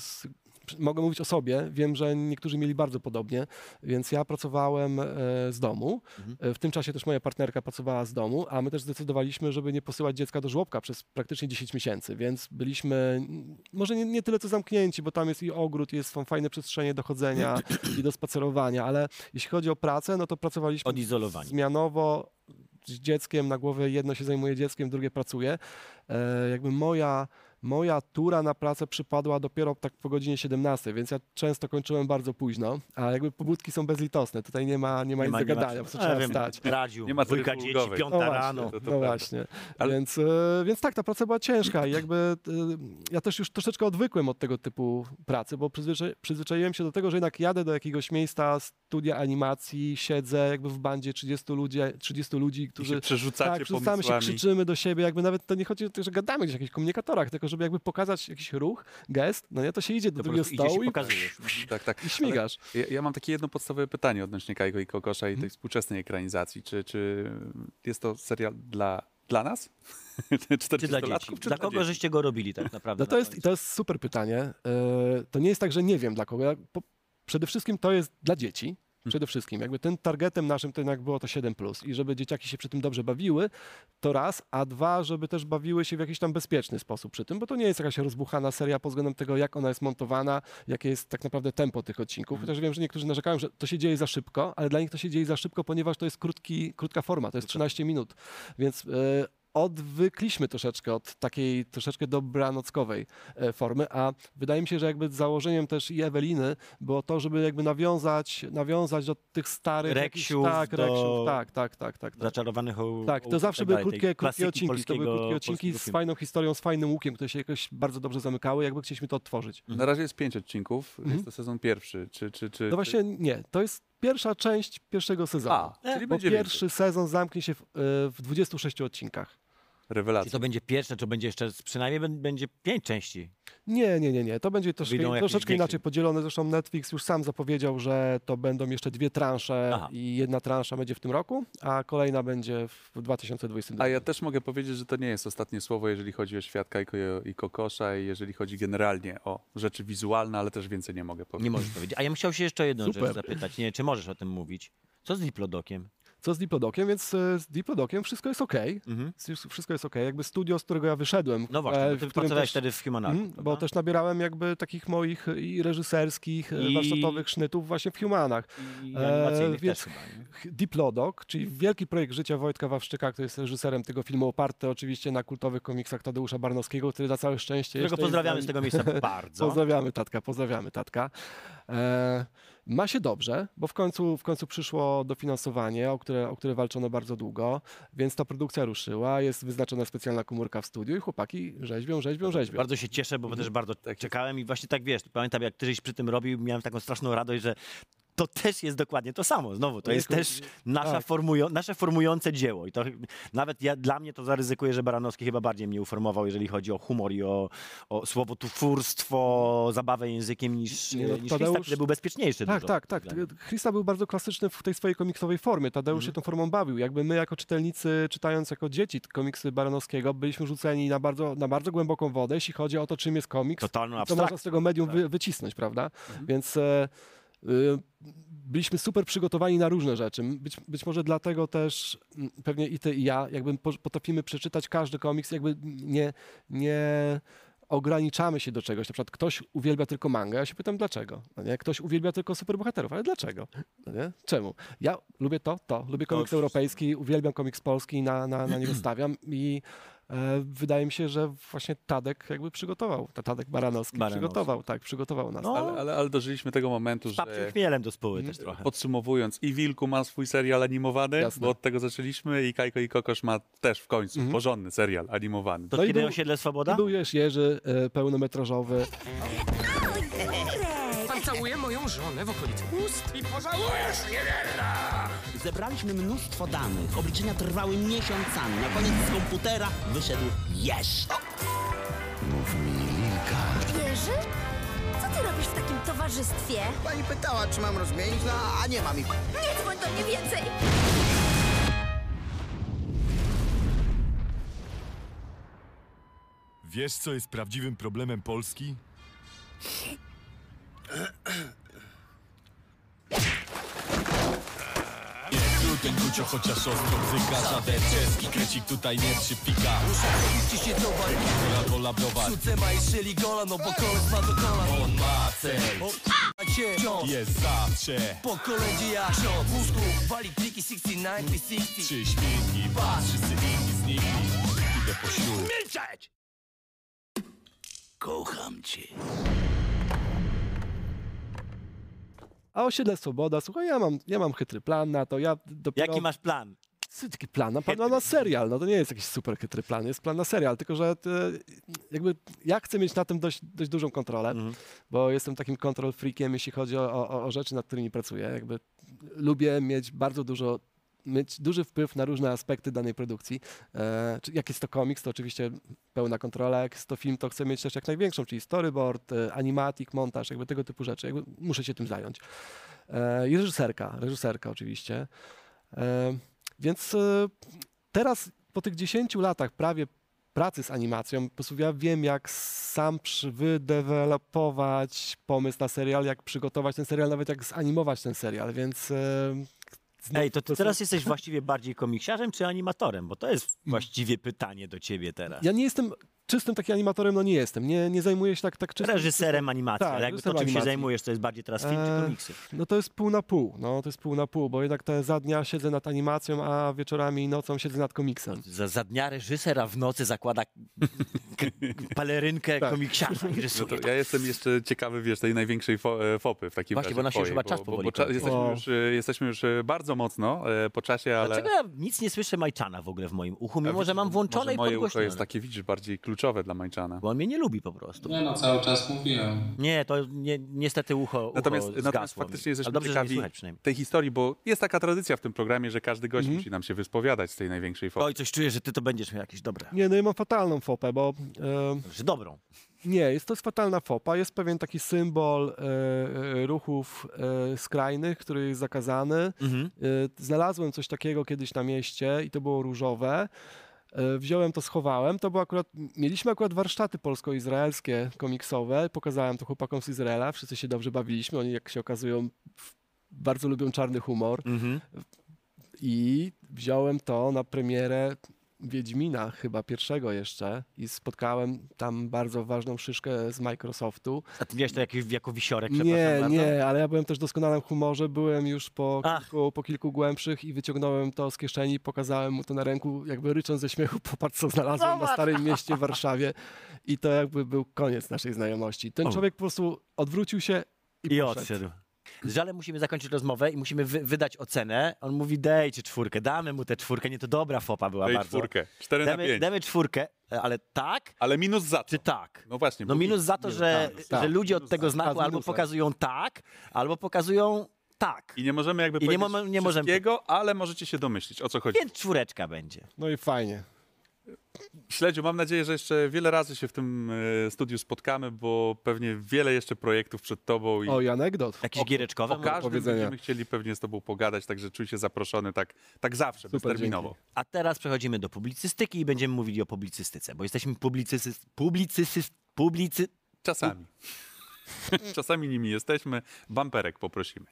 C: mogę mówić o sobie, wiem, że niektórzy mieli bardzo podobnie, więc ja pracowałem z domu. W tym czasie też moja partnerka pracowała z domu, a my też zdecydowaliśmy, żeby nie posyłać dziecka do żłobka przez praktycznie 10 miesięcy, więc byliśmy może nie tyle co zamknięci, bo tam jest i ogród, są fajne przestrzenie do chodzenia i do spacerowania, ale jeśli chodzi o pracę, no to pracowaliśmy
B: Odizolowani.
C: zmianowo z dzieckiem, na głowie jedno się zajmuje dzieckiem, drugie pracuje. Jakby moja tura na pracę przypadła dopiero tak po godzinie 17, więc ja często kończyłem bardzo późno, a jakby pobudki są bezlitosne, tutaj nie ma nic do gadania, po prostu trzeba wstać.
B: Radził,
A: Nie ma
B: dwójka
A: trybu
B: dzieci,
A: ulgowej.
B: 5
C: No właśnie,
B: rano.
A: To
C: no
A: prawda.
C: właśnie.
A: Ale-
C: Więc tak, ta praca była ciężka i jakby ja też już troszeczkę odwykłem od tego typu pracy, bo przyzwyczaiłem się do tego, że jednak jadę do jakiegoś miejsca, studia animacji, siedzę jakby w bandzie 30 ludzi,
A: I
C: którzy...
A: się przerzucacie
C: Tak, przerzucamy się,
A: pomysłami.
C: krzyczymy do siebie, jakby nawet to nie chodzi o to, że gadamy gdzieś w jakichś komunikatorach, tylko żeby jakby pokazać jakiś ruch, gest, no nie, to się idzie do
B: To po
C: drugiego
B: prostu idziesz
C: stołu
B: i pokazujesz.
A: Tak.
C: i śmigasz.
A: Ja mam takie jedno podstawowe pytanie odnośnie Kajko i Kokosza i tej współczesnej ekranizacji. Czy jest to serial dla nas?
B: Czy dla dzieci? Dla kogo żeście go robili tak naprawdę?
C: No to jest super pytanie. To nie jest tak, że nie wiem dla kogo. Przede wszystkim to jest dla dzieci. Przede wszystkim, jakby tym targetem naszym to jednak było to 7+. I żeby dzieciaki się przy tym dobrze bawiły, to raz, a dwa, żeby też bawiły się w jakiś tam bezpieczny sposób przy tym, bo to nie jest jakaś rozbuchana seria pod względem tego, jak ona jest montowana, jakie jest tak naprawdę tempo tych odcinków. Chociaż wiem, że niektórzy narzekają, że to się dzieje za szybko, ale dla nich to się dzieje za szybko, ponieważ to jest krótka forma, to jest 13 minut. Więc odwykliśmy troszeczkę od takiej troszeczkę dobranockowej formy, a wydaje mi się, że jakby założeniem też i Eweliny było to, żeby jakby nawiązać do tych starych
B: Reksiów,
C: Reksiów, tak.
B: Zaczarowanych
C: Tak, to zawsze
B: tak
C: były
B: dalej, tej
C: krótkie
B: klasyki
C: odcinki. To były krótkie odcinki
B: polskiego
C: z
B: filmu.
C: fajną historią, z fajnym łukiem, które się jakoś bardzo dobrze zamykały, jakby chcieliśmy to odtworzyć.
A: Na razie jest 5 odcinków, jest to sezon pierwszy.
C: No właśnie nie, to jest pierwsza część pierwszego sezonu.
A: czyli
C: Bo
A: będzie
C: pierwszy sezon zamknie się w 26 odcinkach.
B: Czy
A: rewelacja.
B: to będzie pierwsze, czy będzie jeszcze przynajmniej będzie 5 części?
C: Nie. To będzie
B: Wyjdą jakieś
C: troszeczkę
B: większe.
C: inaczej podzielone. Zresztą Netflix już sam zapowiedział, że to będą jeszcze 2 transze
B: Aha.
C: i jedna transza będzie w tym roku, a kolejna będzie w 2022.
A: A ja też mogę powiedzieć, że to nie jest ostatnie słowo, jeżeli chodzi o świat Kajko i Kokosza i jeżeli chodzi generalnie o rzeczy wizualne, ale też więcej nie mogę powiedzieć.
B: Nie możesz powiedzieć. A ja bym chciał się jeszcze o jedną
C: Super.
B: rzecz zapytać. Nie, czy możesz o tym mówić? Co z Diplodokiem?
C: Co z Diplodokiem? Więc z Diplodokiem wszystko jest okej. Wszystko jest okej. Jakby studio, z którego ja wyszedłem.
B: No właśnie, bo
C: w
B: ty
C: którym
B: pracowałeś
C: też-
B: wtedy w Human Art,
C: Bo
B: prawda?
C: też nabierałem jakby takich moich i reżyserskich,
B: I-
C: warsztatowych sznytów właśnie w Humanach.
B: I animacyjnych
C: więc
B: też chyba, nie?
C: Diplodok, czyli wielki projekt życia Wojtka Wawrzyka, który jest reżyserem tego filmu, oparty oczywiście na kultowych komiksach Tadeusza Barnowskiego, który na całe szczęście
B: Którego
C: jeszcze jest
B: pozdrawiamy
C: z
B: z
C: nami.
B: tego miejsca bardzo.
C: Pozdrawiamy tatka. Ma się dobrze, bo w końcu przyszło dofinansowanie, o które walczono bardzo długo, więc ta produkcja ruszyła, jest wyznaczona specjalna komórka w studiu i chłopaki rzeźbią.
B: Bardzo się cieszę, bo też bardzo czekałem i właśnie tak wiesz, pamiętam jak ty żeś przy tym robił, miałem taką straszną radość, że to też jest dokładnie to samo. Znowu, to jest
C: Jako-
B: też nasza
C: tak.
B: nasze formujące dzieło. I to nawet dla mnie to zaryzykuję, że Baranowski chyba bardziej mnie uformował, jeżeli chodzi o humor i o słowotwórstwo, zabawę językiem niż
C: Nie, no,
B: Christa,
C: Tadeusz-
B: który był bezpieczniejszy.
C: Tak,
B: dużo.
C: tak. Christa był bardzo klasyczny w tej swojej komiksowej formie. Tadeusz się tą formą bawił. Jakby my jako czytelnicy, czytając jako dzieci komiksy Baranowskiego, byliśmy rzuceni na bardzo głęboką wodę, jeśli chodzi o to, czym jest komiks.
B: Totalną
C: Co można
B: abstrakcję.
C: z tego medium wycisnąć, prawda? Więc byliśmy super przygotowani na różne rzeczy. Być może dlatego też pewnie i ty, i ja jakby potrafimy przeczytać każdy komiks, jakby nie ograniczamy się do czegoś. Na przykład ktoś uwielbia tylko mangę, ja się pytam dlaczego. No nie? Ktoś uwielbia tylko superbohaterów, ale dlaczego? No nie? Czemu? Ja lubię lubię komiks europejski, uwielbiam komiks polski, na niego stawiam i wydaje mi się, że właśnie Tadek jakby przygotował, Tadek Baranowski przygotował nas.
B: No,
A: Ale dożyliśmy tego momentu,
B: z papczym
A: że
B: chmielem do spóły też trochę.
A: podsumowując, i Wilku ma swój serial animowany,
C: Jasne.
A: bo od tego zaczęliśmy, i Kajko i Kokosz ma też w końcu porządny serial animowany.
B: To
C: No i
B: kiedy
C: był-
B: Osiedle Swoboda?
C: I był też Jerzy, pełnometrażowy.
G: Pan całuje moją żonę w okolicy ust.
D: I pożałujesz, niewiera!
H: Zebraliśmy mnóstwo danych. Obliczenia trwały miesiącami. Na koniec z komputera wyszedł jeż.
F: Mów mi, Lilka.
E: Jerzy? Co ty robisz w takim towarzystwie?
F: Pani pytała, czy mam rozmienić, no a nie mam ich.
E: Nie dzwoń do mnie więcej!
I: Wiesz, co jest prawdziwym problemem Polski? Ten kucio chociaż ostro bzyka. Żaden czeski krecik tutaj nie przypika.
G: Idźcie się do walki,
I: Wola, wola, browar.
G: sztuce ma i szyli gola, no bo koleś ma do kolan.
I: On ma cel,
G: Cię wciąż,
I: jest zawsze.
G: po kolędzie jak ksiądz. W łóżku wali pliki 69, 360.
I: Trzy śmietki, patrz, wszyscy inni znikli. Idę po ślub.
G: Milczeć!
F: Kocham cię.
C: A Osiedle Swoboda, słuchaj, ja mam chytry plan na to. Ja dopiero...
B: Jaki masz plan?
C: Taki plan na serial, no to nie jest jakiś super chytry plan, jest plan na serial, tylko że jakby ja chcę mieć na tym dość dużą kontrolę, bo jestem takim control freakiem, jeśli chodzi o rzeczy, nad którymi pracuję. Jakby lubię mieć mieć duży wpływ na różne aspekty danej produkcji. Jak jest to komiks, to oczywiście pełna kontrola, jak jest to film, to chcę mieć też jak największą, czyli storyboard, animatic, montaż, jakby tego typu rzeczy. Jakby muszę się tym zająć. I reżyserka oczywiście. Więc teraz po tych 10 latach prawie pracy z animacją, po prostu ja wiem, jak sam wydevelopować pomysł na serial, jak przygotować ten serial, nawet jak zanimować ten serial, więc...
B: Ej, to ty teraz jesteś właściwie bardziej komiksiarzem czy animatorem? Bo to jest właściwie pytanie do ciebie teraz.
C: Ja nie jestem czystym takim animatorem, no nie jestem. Nie zajmuję się tak czystym.
B: Reżyserem animacji,
C: Tak,
B: ale jakby to,
C: reżyserem
B: czym się
C: animacji.
B: zajmujesz, to jest bardziej teraz film czy komiksy?
C: No to jest pół na pół. No to jest pół na pół, bo jednak za dnia siedzę nad animacją, a wieczorami i nocą siedzę nad komiksem.
B: Za dnia reżyser, a w nocy zakłada pelerynkę
C: Tak.
B: komiksiarza i
A: No
B: rysuje.
A: to ja jestem jeszcze ciekawy, wiesz, tej największej fopy w takim
B: Właśnie,
A: razie
B: bo ona się już
A: twojej,
B: chyba czas powoli kończy.
A: jesteśmy już bardzo mocno po czasie, ale
B: Dlaczego ja nic nie słyszę Majczana w ogóle w moim uchu, mimo że mam włączone
A: może
B: i
A: moje ucho
B: podgłośnione?
A: jest takie, widzisz, bardziej kluczowe dla Majczana.
B: Bo on mnie nie lubi po prostu.
J: Nie no, cały czas mówiłem.
B: Nie, to niestety ucho
A: Natomiast
B: zgasło mi.
A: faktycznie jesteśmy
B: Ale dobrze, że mnie
A: ciekawi
B: słychać przynajmniej.
A: tej historii, bo jest taka tradycja w tym programie, że każdy gość musi nam się wyspowiadać z tej największej fopy.
B: Oj, coś czuję, że ty to będziesz miał jakieś dobre.
C: Nie, no ja mam fatalną fopę, bo
B: Że dobrą.
C: nie, to jest fatalna fopa. Jest pewien taki symbol ruchów skrajnych, który jest zakazany. Znalazłem coś takiego kiedyś na mieście i to było różowe. Wziąłem to, schowałem. To było mieliśmy akurat warsztaty polsko-izraelskie komiksowe. Pokazałem to chłopakom z Izraela. Wszyscy się dobrze bawiliśmy. Oni, jak się okazują, bardzo lubią czarny humor. I wziąłem to na premierę Wiedźmina, chyba pierwszego jeszcze, i spotkałem tam bardzo ważną szyszkę z Microsoftu.
B: A ty wiesz to jako wisiorek,
C: Nie,
B: przepraszam bardzo?
C: nie, ale ja byłem też w doskonałym humorze, byłem już po
B: Ach.
C: kilku głębszych i wyciągnąłem to z kieszeni, pokazałem mu to na ręku, jakby rycząc ze śmiechu, popatrz co znalazłem na Starym Mieście w Warszawie i to jakby był koniec naszej znajomości. Ten człowiek po prostu odwrócił się i poszedł.
B: odszedł. Z żalem musimy zakończyć rozmowę i musimy wydać ocenę. On mówi, dajcie 4, damy mu tę 4. Nie, to dobra fopa była
A: Daj
B: bardzo.
A: 4, 4 na 5.
B: Damy 4, ale tak,
A: Ale minus za to.
B: czy tak?
A: No właśnie.
B: No
A: bo
B: minus za to, że
C: tak.
B: ludzie od tego
C: Tak,
B: znaku
C: z
B: albo
C: minusa.
B: pokazują tak, albo pokazują Tak.
A: I nie możemy jakby
B: I nie
A: powiedzieć
B: nie możemy-
A: wszystkiego, ale możecie się domyślić, o co chodzi.
B: Więc 4 będzie.
C: No i fajnie.
A: Śledziu, mam nadzieję, że jeszcze wiele razy się w tym studiu spotkamy, bo pewnie wiele jeszcze projektów przed tobą.
C: O, i anegdot.
B: Jakieś giereczkowe?
A: O każdym
C: powiedzenia.
A: będziemy chcieli pewnie z tobą pogadać, także czuj się zaproszony tak zawsze,
C: Super,
A: bezterminowo.
B: A teraz przechodzimy do publicystyki i będziemy mówili o publicystyce, bo jesteśmy
A: Czasami. Czasami nimi jesteśmy. Bamperek poprosimy.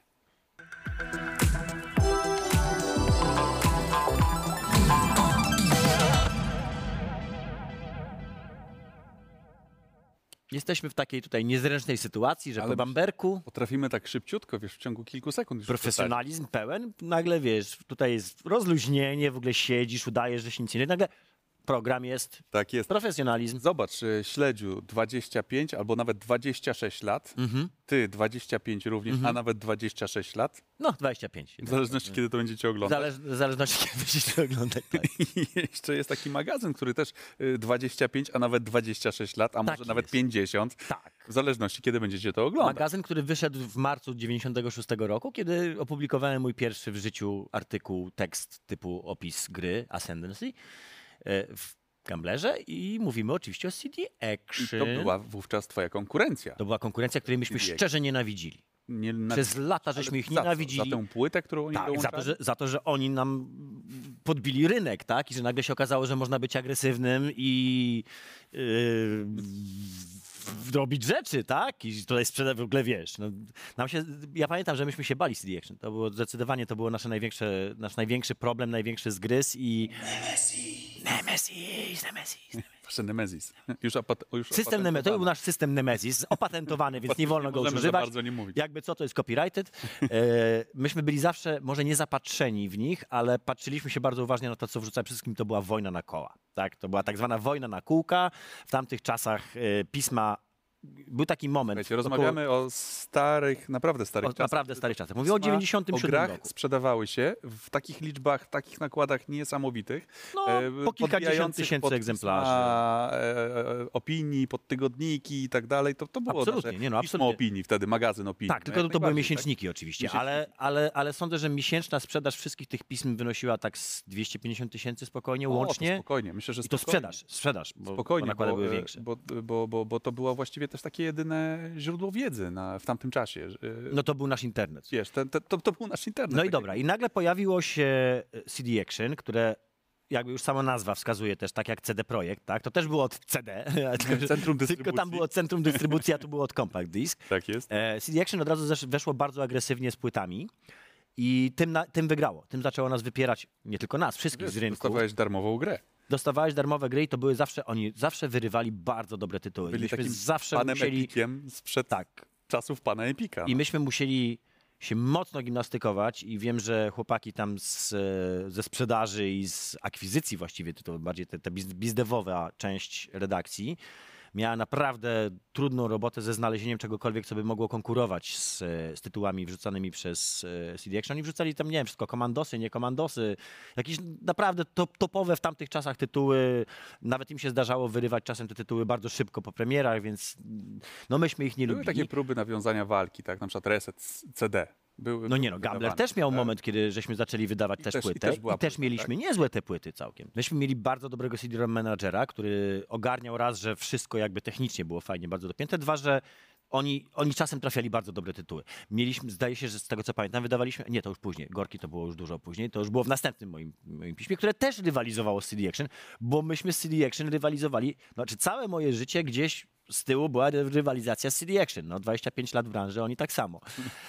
B: Jesteśmy w takiej tutaj niezręcznej sytuacji, że
A: Ale
B: po bamberku
A: Potrafimy tak szybciutko, wiesz, w ciągu kilku sekund już
B: profesjonalizm pełen, nagle wiesz, tutaj jest rozluźnienie, w ogóle siedzisz, udajesz, że się nic nie dzieje, nagle program jest,
A: Tak jest.
B: profesjonalizm.
A: Zobacz, Śledziu 25 albo nawet 26 lat, ty 25 również, a nawet 26 lat,
B: No, 25.
A: w zależności kiedy to będziecie oglądać.
B: W zależności kiedy będziecie oglądać. Tak.
A: I jeszcze jest taki magazyn, który też 25, a nawet 26 lat, a może
B: Tak
A: nawet
B: jest.
A: 50,
B: Tak.
A: w zależności kiedy będziecie to oglądać.
B: Magazyn, który wyszedł w marcu 96 roku, kiedy opublikowałem mój pierwszy w życiu artykuł, tekst typu opis gry Ascendancy w Gamblerze i mówimy oczywiście o CD
A: I
B: Action.
A: to była wówczas twoja konkurencja.
B: To była konkurencja, której myśmy
A: CD Action.
B: szczerze nienawidzili. Przez lata żeśmy ich
A: Ale za co?
B: nienawidzili.
A: Za tę płytę, którą oni
B: Tak,
A: dołączali?
B: za to, że oni nam podbili rynek, tak? I że nagle się okazało, że można być agresywnym i robić rzeczy, tak? I tutaj sprzedać w ogóle, wiesz. No, ja pamiętam, że myśmy się bali CD Action. To było zdecydowanie nasz największy problem, największy zgryz i... Nemesis.
A: Wasze Nemesis.
B: System Nemesis, to był nasz system Nemesis, opatentowany, więc nie wolno go
A: możemy za
B: używać.
A: bardzo nie mówić.
B: Jakby co, to jest copyrighted. Myśmy byli zawsze, może nie zapatrzeni w nich, ale patrzyliśmy się bardzo uważnie na to, co wrzucałem. Przede wszystkim to była wojna na koła. Tak? To była tak zwana wojna na kółka. W tamtych czasach pisma... Był taki moment...
A: Słuchajcie, rozmawiamy o starych, naprawdę starych czasach.
B: Naprawdę starych czasach. Mówię o
A: Pisma
B: 97
A: o grach
B: roku.
A: sprzedawały się w takich liczbach, takich nakładach niesamowitych.
B: No, po kilkadziesiąt
A: podbijających
B: tysięcy
A: pod
B: egzemplarzy.
A: pisma, opinii, pod tygodniki i tak dalej. To było
B: Absolutnie,
A: nasze
B: nie, no,
A: pismo
B: absolutnie.
A: opinii wtedy, magazyn opinii.
B: Tak, tylko
A: No,
B: to były
A: najbardziej,
B: miesięczniki oczywiście, ale sądzę, że miesięczna sprzedaż wszystkich tych pism wynosiła tak z 250 tysięcy spokojnie,
A: O, to
B: łącznie.
A: spokojnie, myślę, że
B: I to
A: spokojnie.
B: sprzedaż, bo
A: Spokojnie,
B: nakłady
A: bo,
B: były większe.
A: bo to było właściwie też takie jedyne źródło wiedzy w tamtym czasie.
B: No to był nasz internet.
A: Wiesz, to był nasz internet.
B: No i
A: taki.
B: dobra, i nagle pojawiło się CD Action, które jakby już sama nazwa wskazuje też, tak jak CD Projekt, tak? To też było od CD,
A: Centrum
B: tylko
A: dystrybucji.
B: tam było centrum dystrybucji, a tu było od Compact Disc.
A: Tak jest.
B: CD Action od razu weszło bardzo agresywnie z płytami i tym wygrało. Tym zaczęło nas wypierać, nie tylko nas, wszystkich z rynku.
A: Dostawałeś darmową grę.
B: Dostawałeś darmowe gry i to były oni zawsze wyrywali bardzo dobre tytuły.
A: Byli
B: Myśmy
A: takim
B: zawsze
A: panem
B: musieli...
A: Epikiem sprzed czasów pana Epika.
B: I myśmy musieli się mocno gimnastykować i wiem, że chłopaki tam ze sprzedaży i z akwizycji właściwie, to bardziej ta bizdewowa część redakcji, miała naprawdę trudną robotę ze znalezieniem czegokolwiek, co by mogło konkurować z tytułami wrzucanymi przez CD Action. Oni wrzucali tam, nie wiem, wszystko, komandosy, nie komandosy, jakieś naprawdę topowe w tamtych czasach tytuły. Nawet im się zdarzało wyrywać czasem te tytuły bardzo szybko po premierach, więc no myśmy ich nie
A: Były
B: lubili.
A: takie próby nawiązania walki, tak? Na przykład Reset CD.
B: No nie no, Gambler też miał moment, kiedy żeśmy zaczęli wydawać też płytę i też mieliśmy niezłe te płyty całkiem. Myśmy mieli bardzo dobrego CD-ROM menadżera, który ogarniał raz, że wszystko jakby technicznie było fajnie, bardzo dopięte, dwa, że oni czasem trafiali bardzo dobre tytuły. Mieliśmy, zdaje się, że z tego co pamiętam, wydawaliśmy, nie, to już później, Gorki to było już dużo później, to już było w następnym moim piśmie, które też rywalizowało z CD Action, bo myśmy z CD Action rywalizowali, znaczy całe moje życie gdzieś z tyłu była rywalizacja z CD Action. No 25 lat w branży, oni tak samo.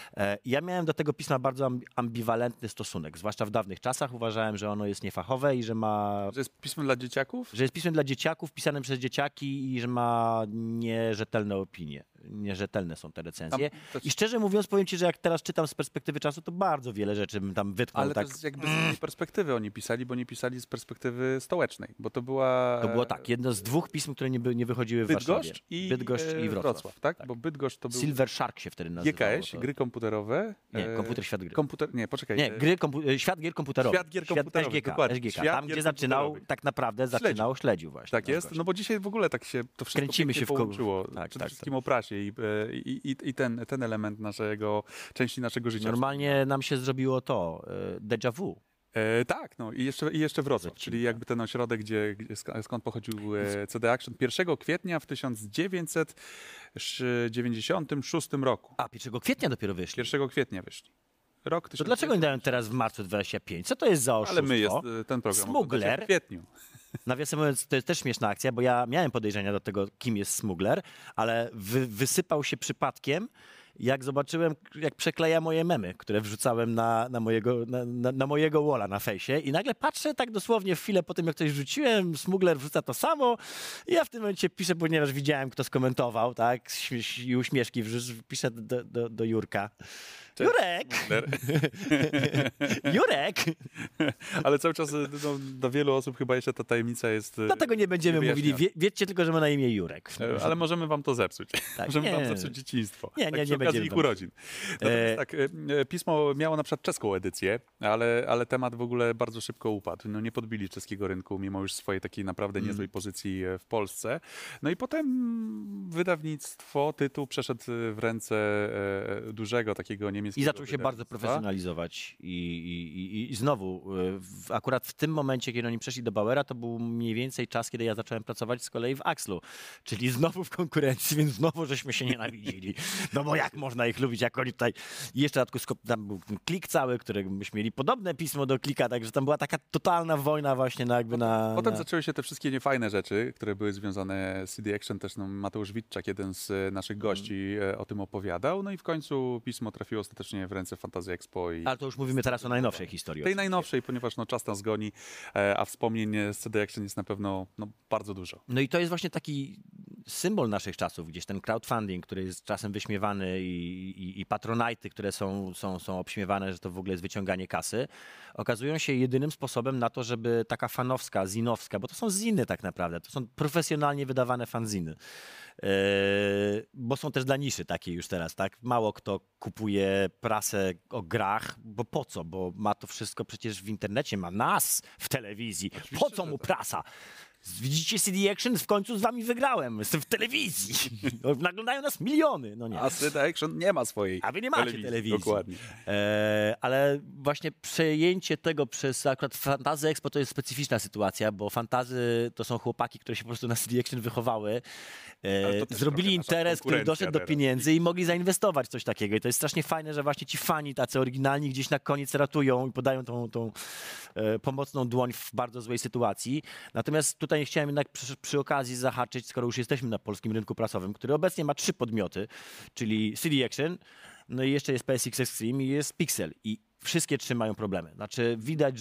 B: Ja miałem do tego pisma bardzo ambiwalentny stosunek, zwłaszcza w dawnych czasach. Uważałem, że ono jest niefachowe i że ma...
A: Że jest pismem dla dzieciaków?
B: Że jest pismem dla dzieciaków, pisanym przez dzieciaki i że ma nierzetelne opinie. Nierzetelne są te recenzje. I szczerze mówiąc, powiem ci, że jak teraz czytam z perspektywy czasu, to bardzo wiele rzeczy bym tam wytknął.
A: Ale
B: tak...
A: to jest jakby z innej perspektywy oni pisali, bo nie pisali z perspektywy stołecznej, bo to była...
B: To było tak, jedno z dwóch pism, które nie wychodziły w Warszawie.
A: Bydgoszcz i Wrocław, tak? Bo Bydgoszcz to był...
B: Silver Shark się wtedy nazywało.
A: GKŚ, gry komputerowe.
B: Nie, komputer, świat gry.
A: Nie, poczekaj.
B: Nie, świat gier komputerowych.
A: Świat gier komputerowych, dokładnie.
B: SGK. Tam, gdzie tak naprawdę zaczynał Śledziu właśnie.
A: Tak jest, no bo dzisiaj w ogóle tak się to wszystko
B: kręcimy się w koło.
A: połączyło.
B: Tak,
A: Przede wszystkim o prasie. właśnie i ten element części naszego życia.
B: Normalnie nam się zrobiło to, déjà vu.
A: Tak, no i jeszcze Wrocław, czyli jakby ten ośrodek, skąd pochodził CD Action 1 kwietnia w 1996 roku.
B: A, 1 kwietnia dopiero wyszli.
A: 1 kwietnia wyszli. Rok
B: To dlaczego nie dają teraz w marcu 25? Co to jest za oszustwo?
A: Ale ten program
B: Smuggler.
A: w kwietniu.
B: Nawiasem mówiąc, to jest też śmieszna akcja, bo ja miałem podejrzenia do tego, kim jest Smuggler, ale wysypał się przypadkiem, jak zobaczyłem, jak przekleja moje memy, które wrzucałem na mojego walla na fejsie i nagle patrzę tak dosłownie chwilę po tym, jak coś wrzuciłem, Smuggler wrzuca to samo i ja w tym momencie piszę, ponieważ widziałem, kto skomentował, tak, i uśmieszki piszę do Jurka. Cześć, Jurek! Jurek!
A: Ale cały czas do wielu osób chyba jeszcze ta tajemnica jest...
B: Dlatego nie będziemy mówili, wiedzcie tylko, że ma na imię Jurek.
A: Ale możemy wam to zepsuć.
B: Tak,
A: możemy wam zepsuć dzieciństwo.
B: Nie
A: przy okazji ich urodzin. Natomiast tak, pismo miało na przykład czeską edycję, ale temat w ogóle bardzo szybko upadł. No, nie podbili czeskiego rynku, mimo już swojej takiej naprawdę niezłej pozycji w Polsce. No i potem wydawnictwo, tytuł przeszedł w ręce dużego takiego niemieckiego
B: i zaczął się bardzo profesjonalizować i znowu, akurat w tym momencie, kiedy oni przeszli do Bauera, to był mniej więcej czas, kiedy ja zacząłem pracować z kolei w Axlu, czyli znowu w konkurencji, więc znowu żeśmy się nienawidzili. No bo jak można ich lubić, jak oni tutaj... I jeszcze tam był ten Klik cały, który myśmy mieli podobne pismo do Klika, także tam była taka totalna wojna właśnie
A: Potem zaczęły się te wszystkie niefajne rzeczy, które były związane z CD Action, też Mateusz Witczak, jeden z naszych gości, o tym opowiadał, no i w końcu pismo trafiło ostatecznie w ręce Fantasy Expo.
B: Ale to już mówimy teraz o najnowszej historii.
A: Tej najnowszej, ponieważ czas nas goni, a wspomnień z CD Action jest na pewno bardzo dużo.
B: No i to jest właśnie taki symbol naszych czasów, gdzieś ten crowdfunding, który jest czasem wyśmiewany i patronajty, które są obśmiewane, że to w ogóle jest wyciąganie kasy, okazują się jedynym sposobem na to, żeby taka fanowska, zinowska, bo to są ziny tak naprawdę, to są profesjonalnie wydawane fanziny. Bo są też dla niszy takiej już teraz, tak? Mało kto kupuje prasę o grach, bo po co? Bo ma to wszystko przecież w internecie, ma nas w telewizji. Po co mu prasa? Widzicie CD Action? W końcu z wami wygrałem. Jestem w telewizji. Naglądają nas miliony. No nie.
A: A CD Action nie ma swojej.
B: A wy nie macie telewizji.
A: Dokładnie.
B: Ale właśnie przejęcie tego przez akurat Fantasy Expo to jest specyficzna sytuacja, bo Fantasy to są chłopaki, które się po prostu na CD Action wychowały. Zrobili interes, który doszedł do pieniędzy i mogli zainwestować w coś takiego. I to jest strasznie fajne, że właśnie ci fani tacy oryginalni gdzieś na koniec ratują i podają tą pomocną dłoń w bardzo złej sytuacji. Natomiast tutaj chciałem jednak przy okazji zahaczyć, skoro już jesteśmy na polskim rynku prasowym, który obecnie ma 3 podmioty, czyli CD Action, no i jeszcze jest PSX Extreme i jest Pixel. I wszystkie 3 mają problemy. Znaczy widać,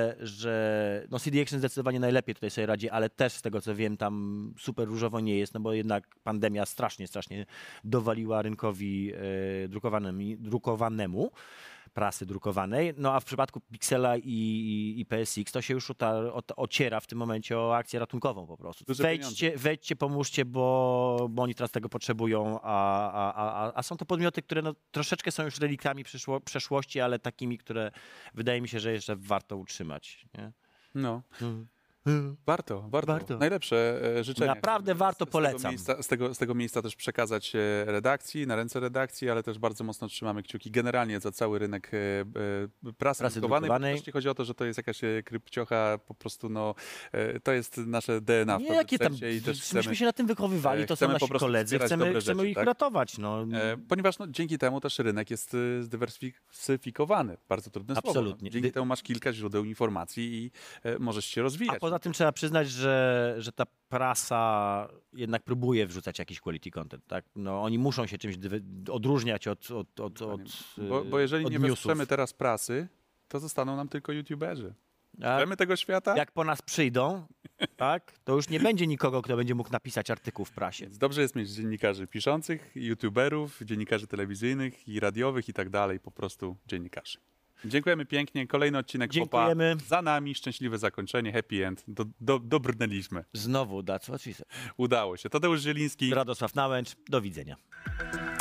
B: że CD Action zdecydowanie najlepiej tutaj sobie radzi, ale też z tego co wiem tam super różowo nie jest, no bo jednak pandemia strasznie dowaliła rynkowi drukowanemu, prasy drukowanej, no a w przypadku Pixela i PSX to się już ociera w tym momencie o akcję ratunkową po prostu. Wejdźcie, pomóżcie, bo oni teraz tego potrzebują, a są to podmioty, które troszeczkę są już reliktami przeszłości, ale takimi, które wydaje mi się, że jeszcze warto utrzymać. Nie?
A: No. Warto. Najlepsze życzenia.
B: Naprawdę warto, polecam.
A: Z tego miejsca też przekazać redakcji, na ręce redakcji, ale też bardzo mocno trzymamy kciuki generalnie za cały rynek prasy drukowanej. Jeśli chodzi o to, że to jest jakaś krypciocha, po prostu to jest nasze DNA.
B: Nie, jakie tam, myśmy się na tym wychowywali, to są nasi koledzy, chcemy ich ratować. No.
A: Ponieważ dzięki temu też rynek jest zdywersyfikowany. Bardzo trudne słowo.
B: Absolutnie.
A: Dzięki temu masz kilka źródeł informacji i możesz się rozwijać.
B: Poza tym trzeba przyznać, że ta prasa jednak próbuje wrzucać jakiś quality content. Tak? No, oni muszą się czymś odróżniać od
A: bo jeżeli nie
B: newsów.
A: wesprzemy teraz prasy, to zostaną nam tylko youtuberzy. Chcemy tego świata?
B: Jak po nas przyjdą, tak, to już nie będzie nikogo, kto będzie mógł napisać artykuł w prasie.
A: Więc dobrze jest mieć dziennikarzy piszących, youtuberów, dziennikarzy telewizyjnych i radiowych i tak dalej, po prostu dziennikarzy. Dziękujemy pięknie. Kolejny odcinek Popa za nami. Szczęśliwe zakończenie. Happy end. Dobrnęliśmy.
B: Znowu that's what she said.
A: Udało się. Tadeusz Zieliński.
B: Radosław Nałęcz. Do widzenia.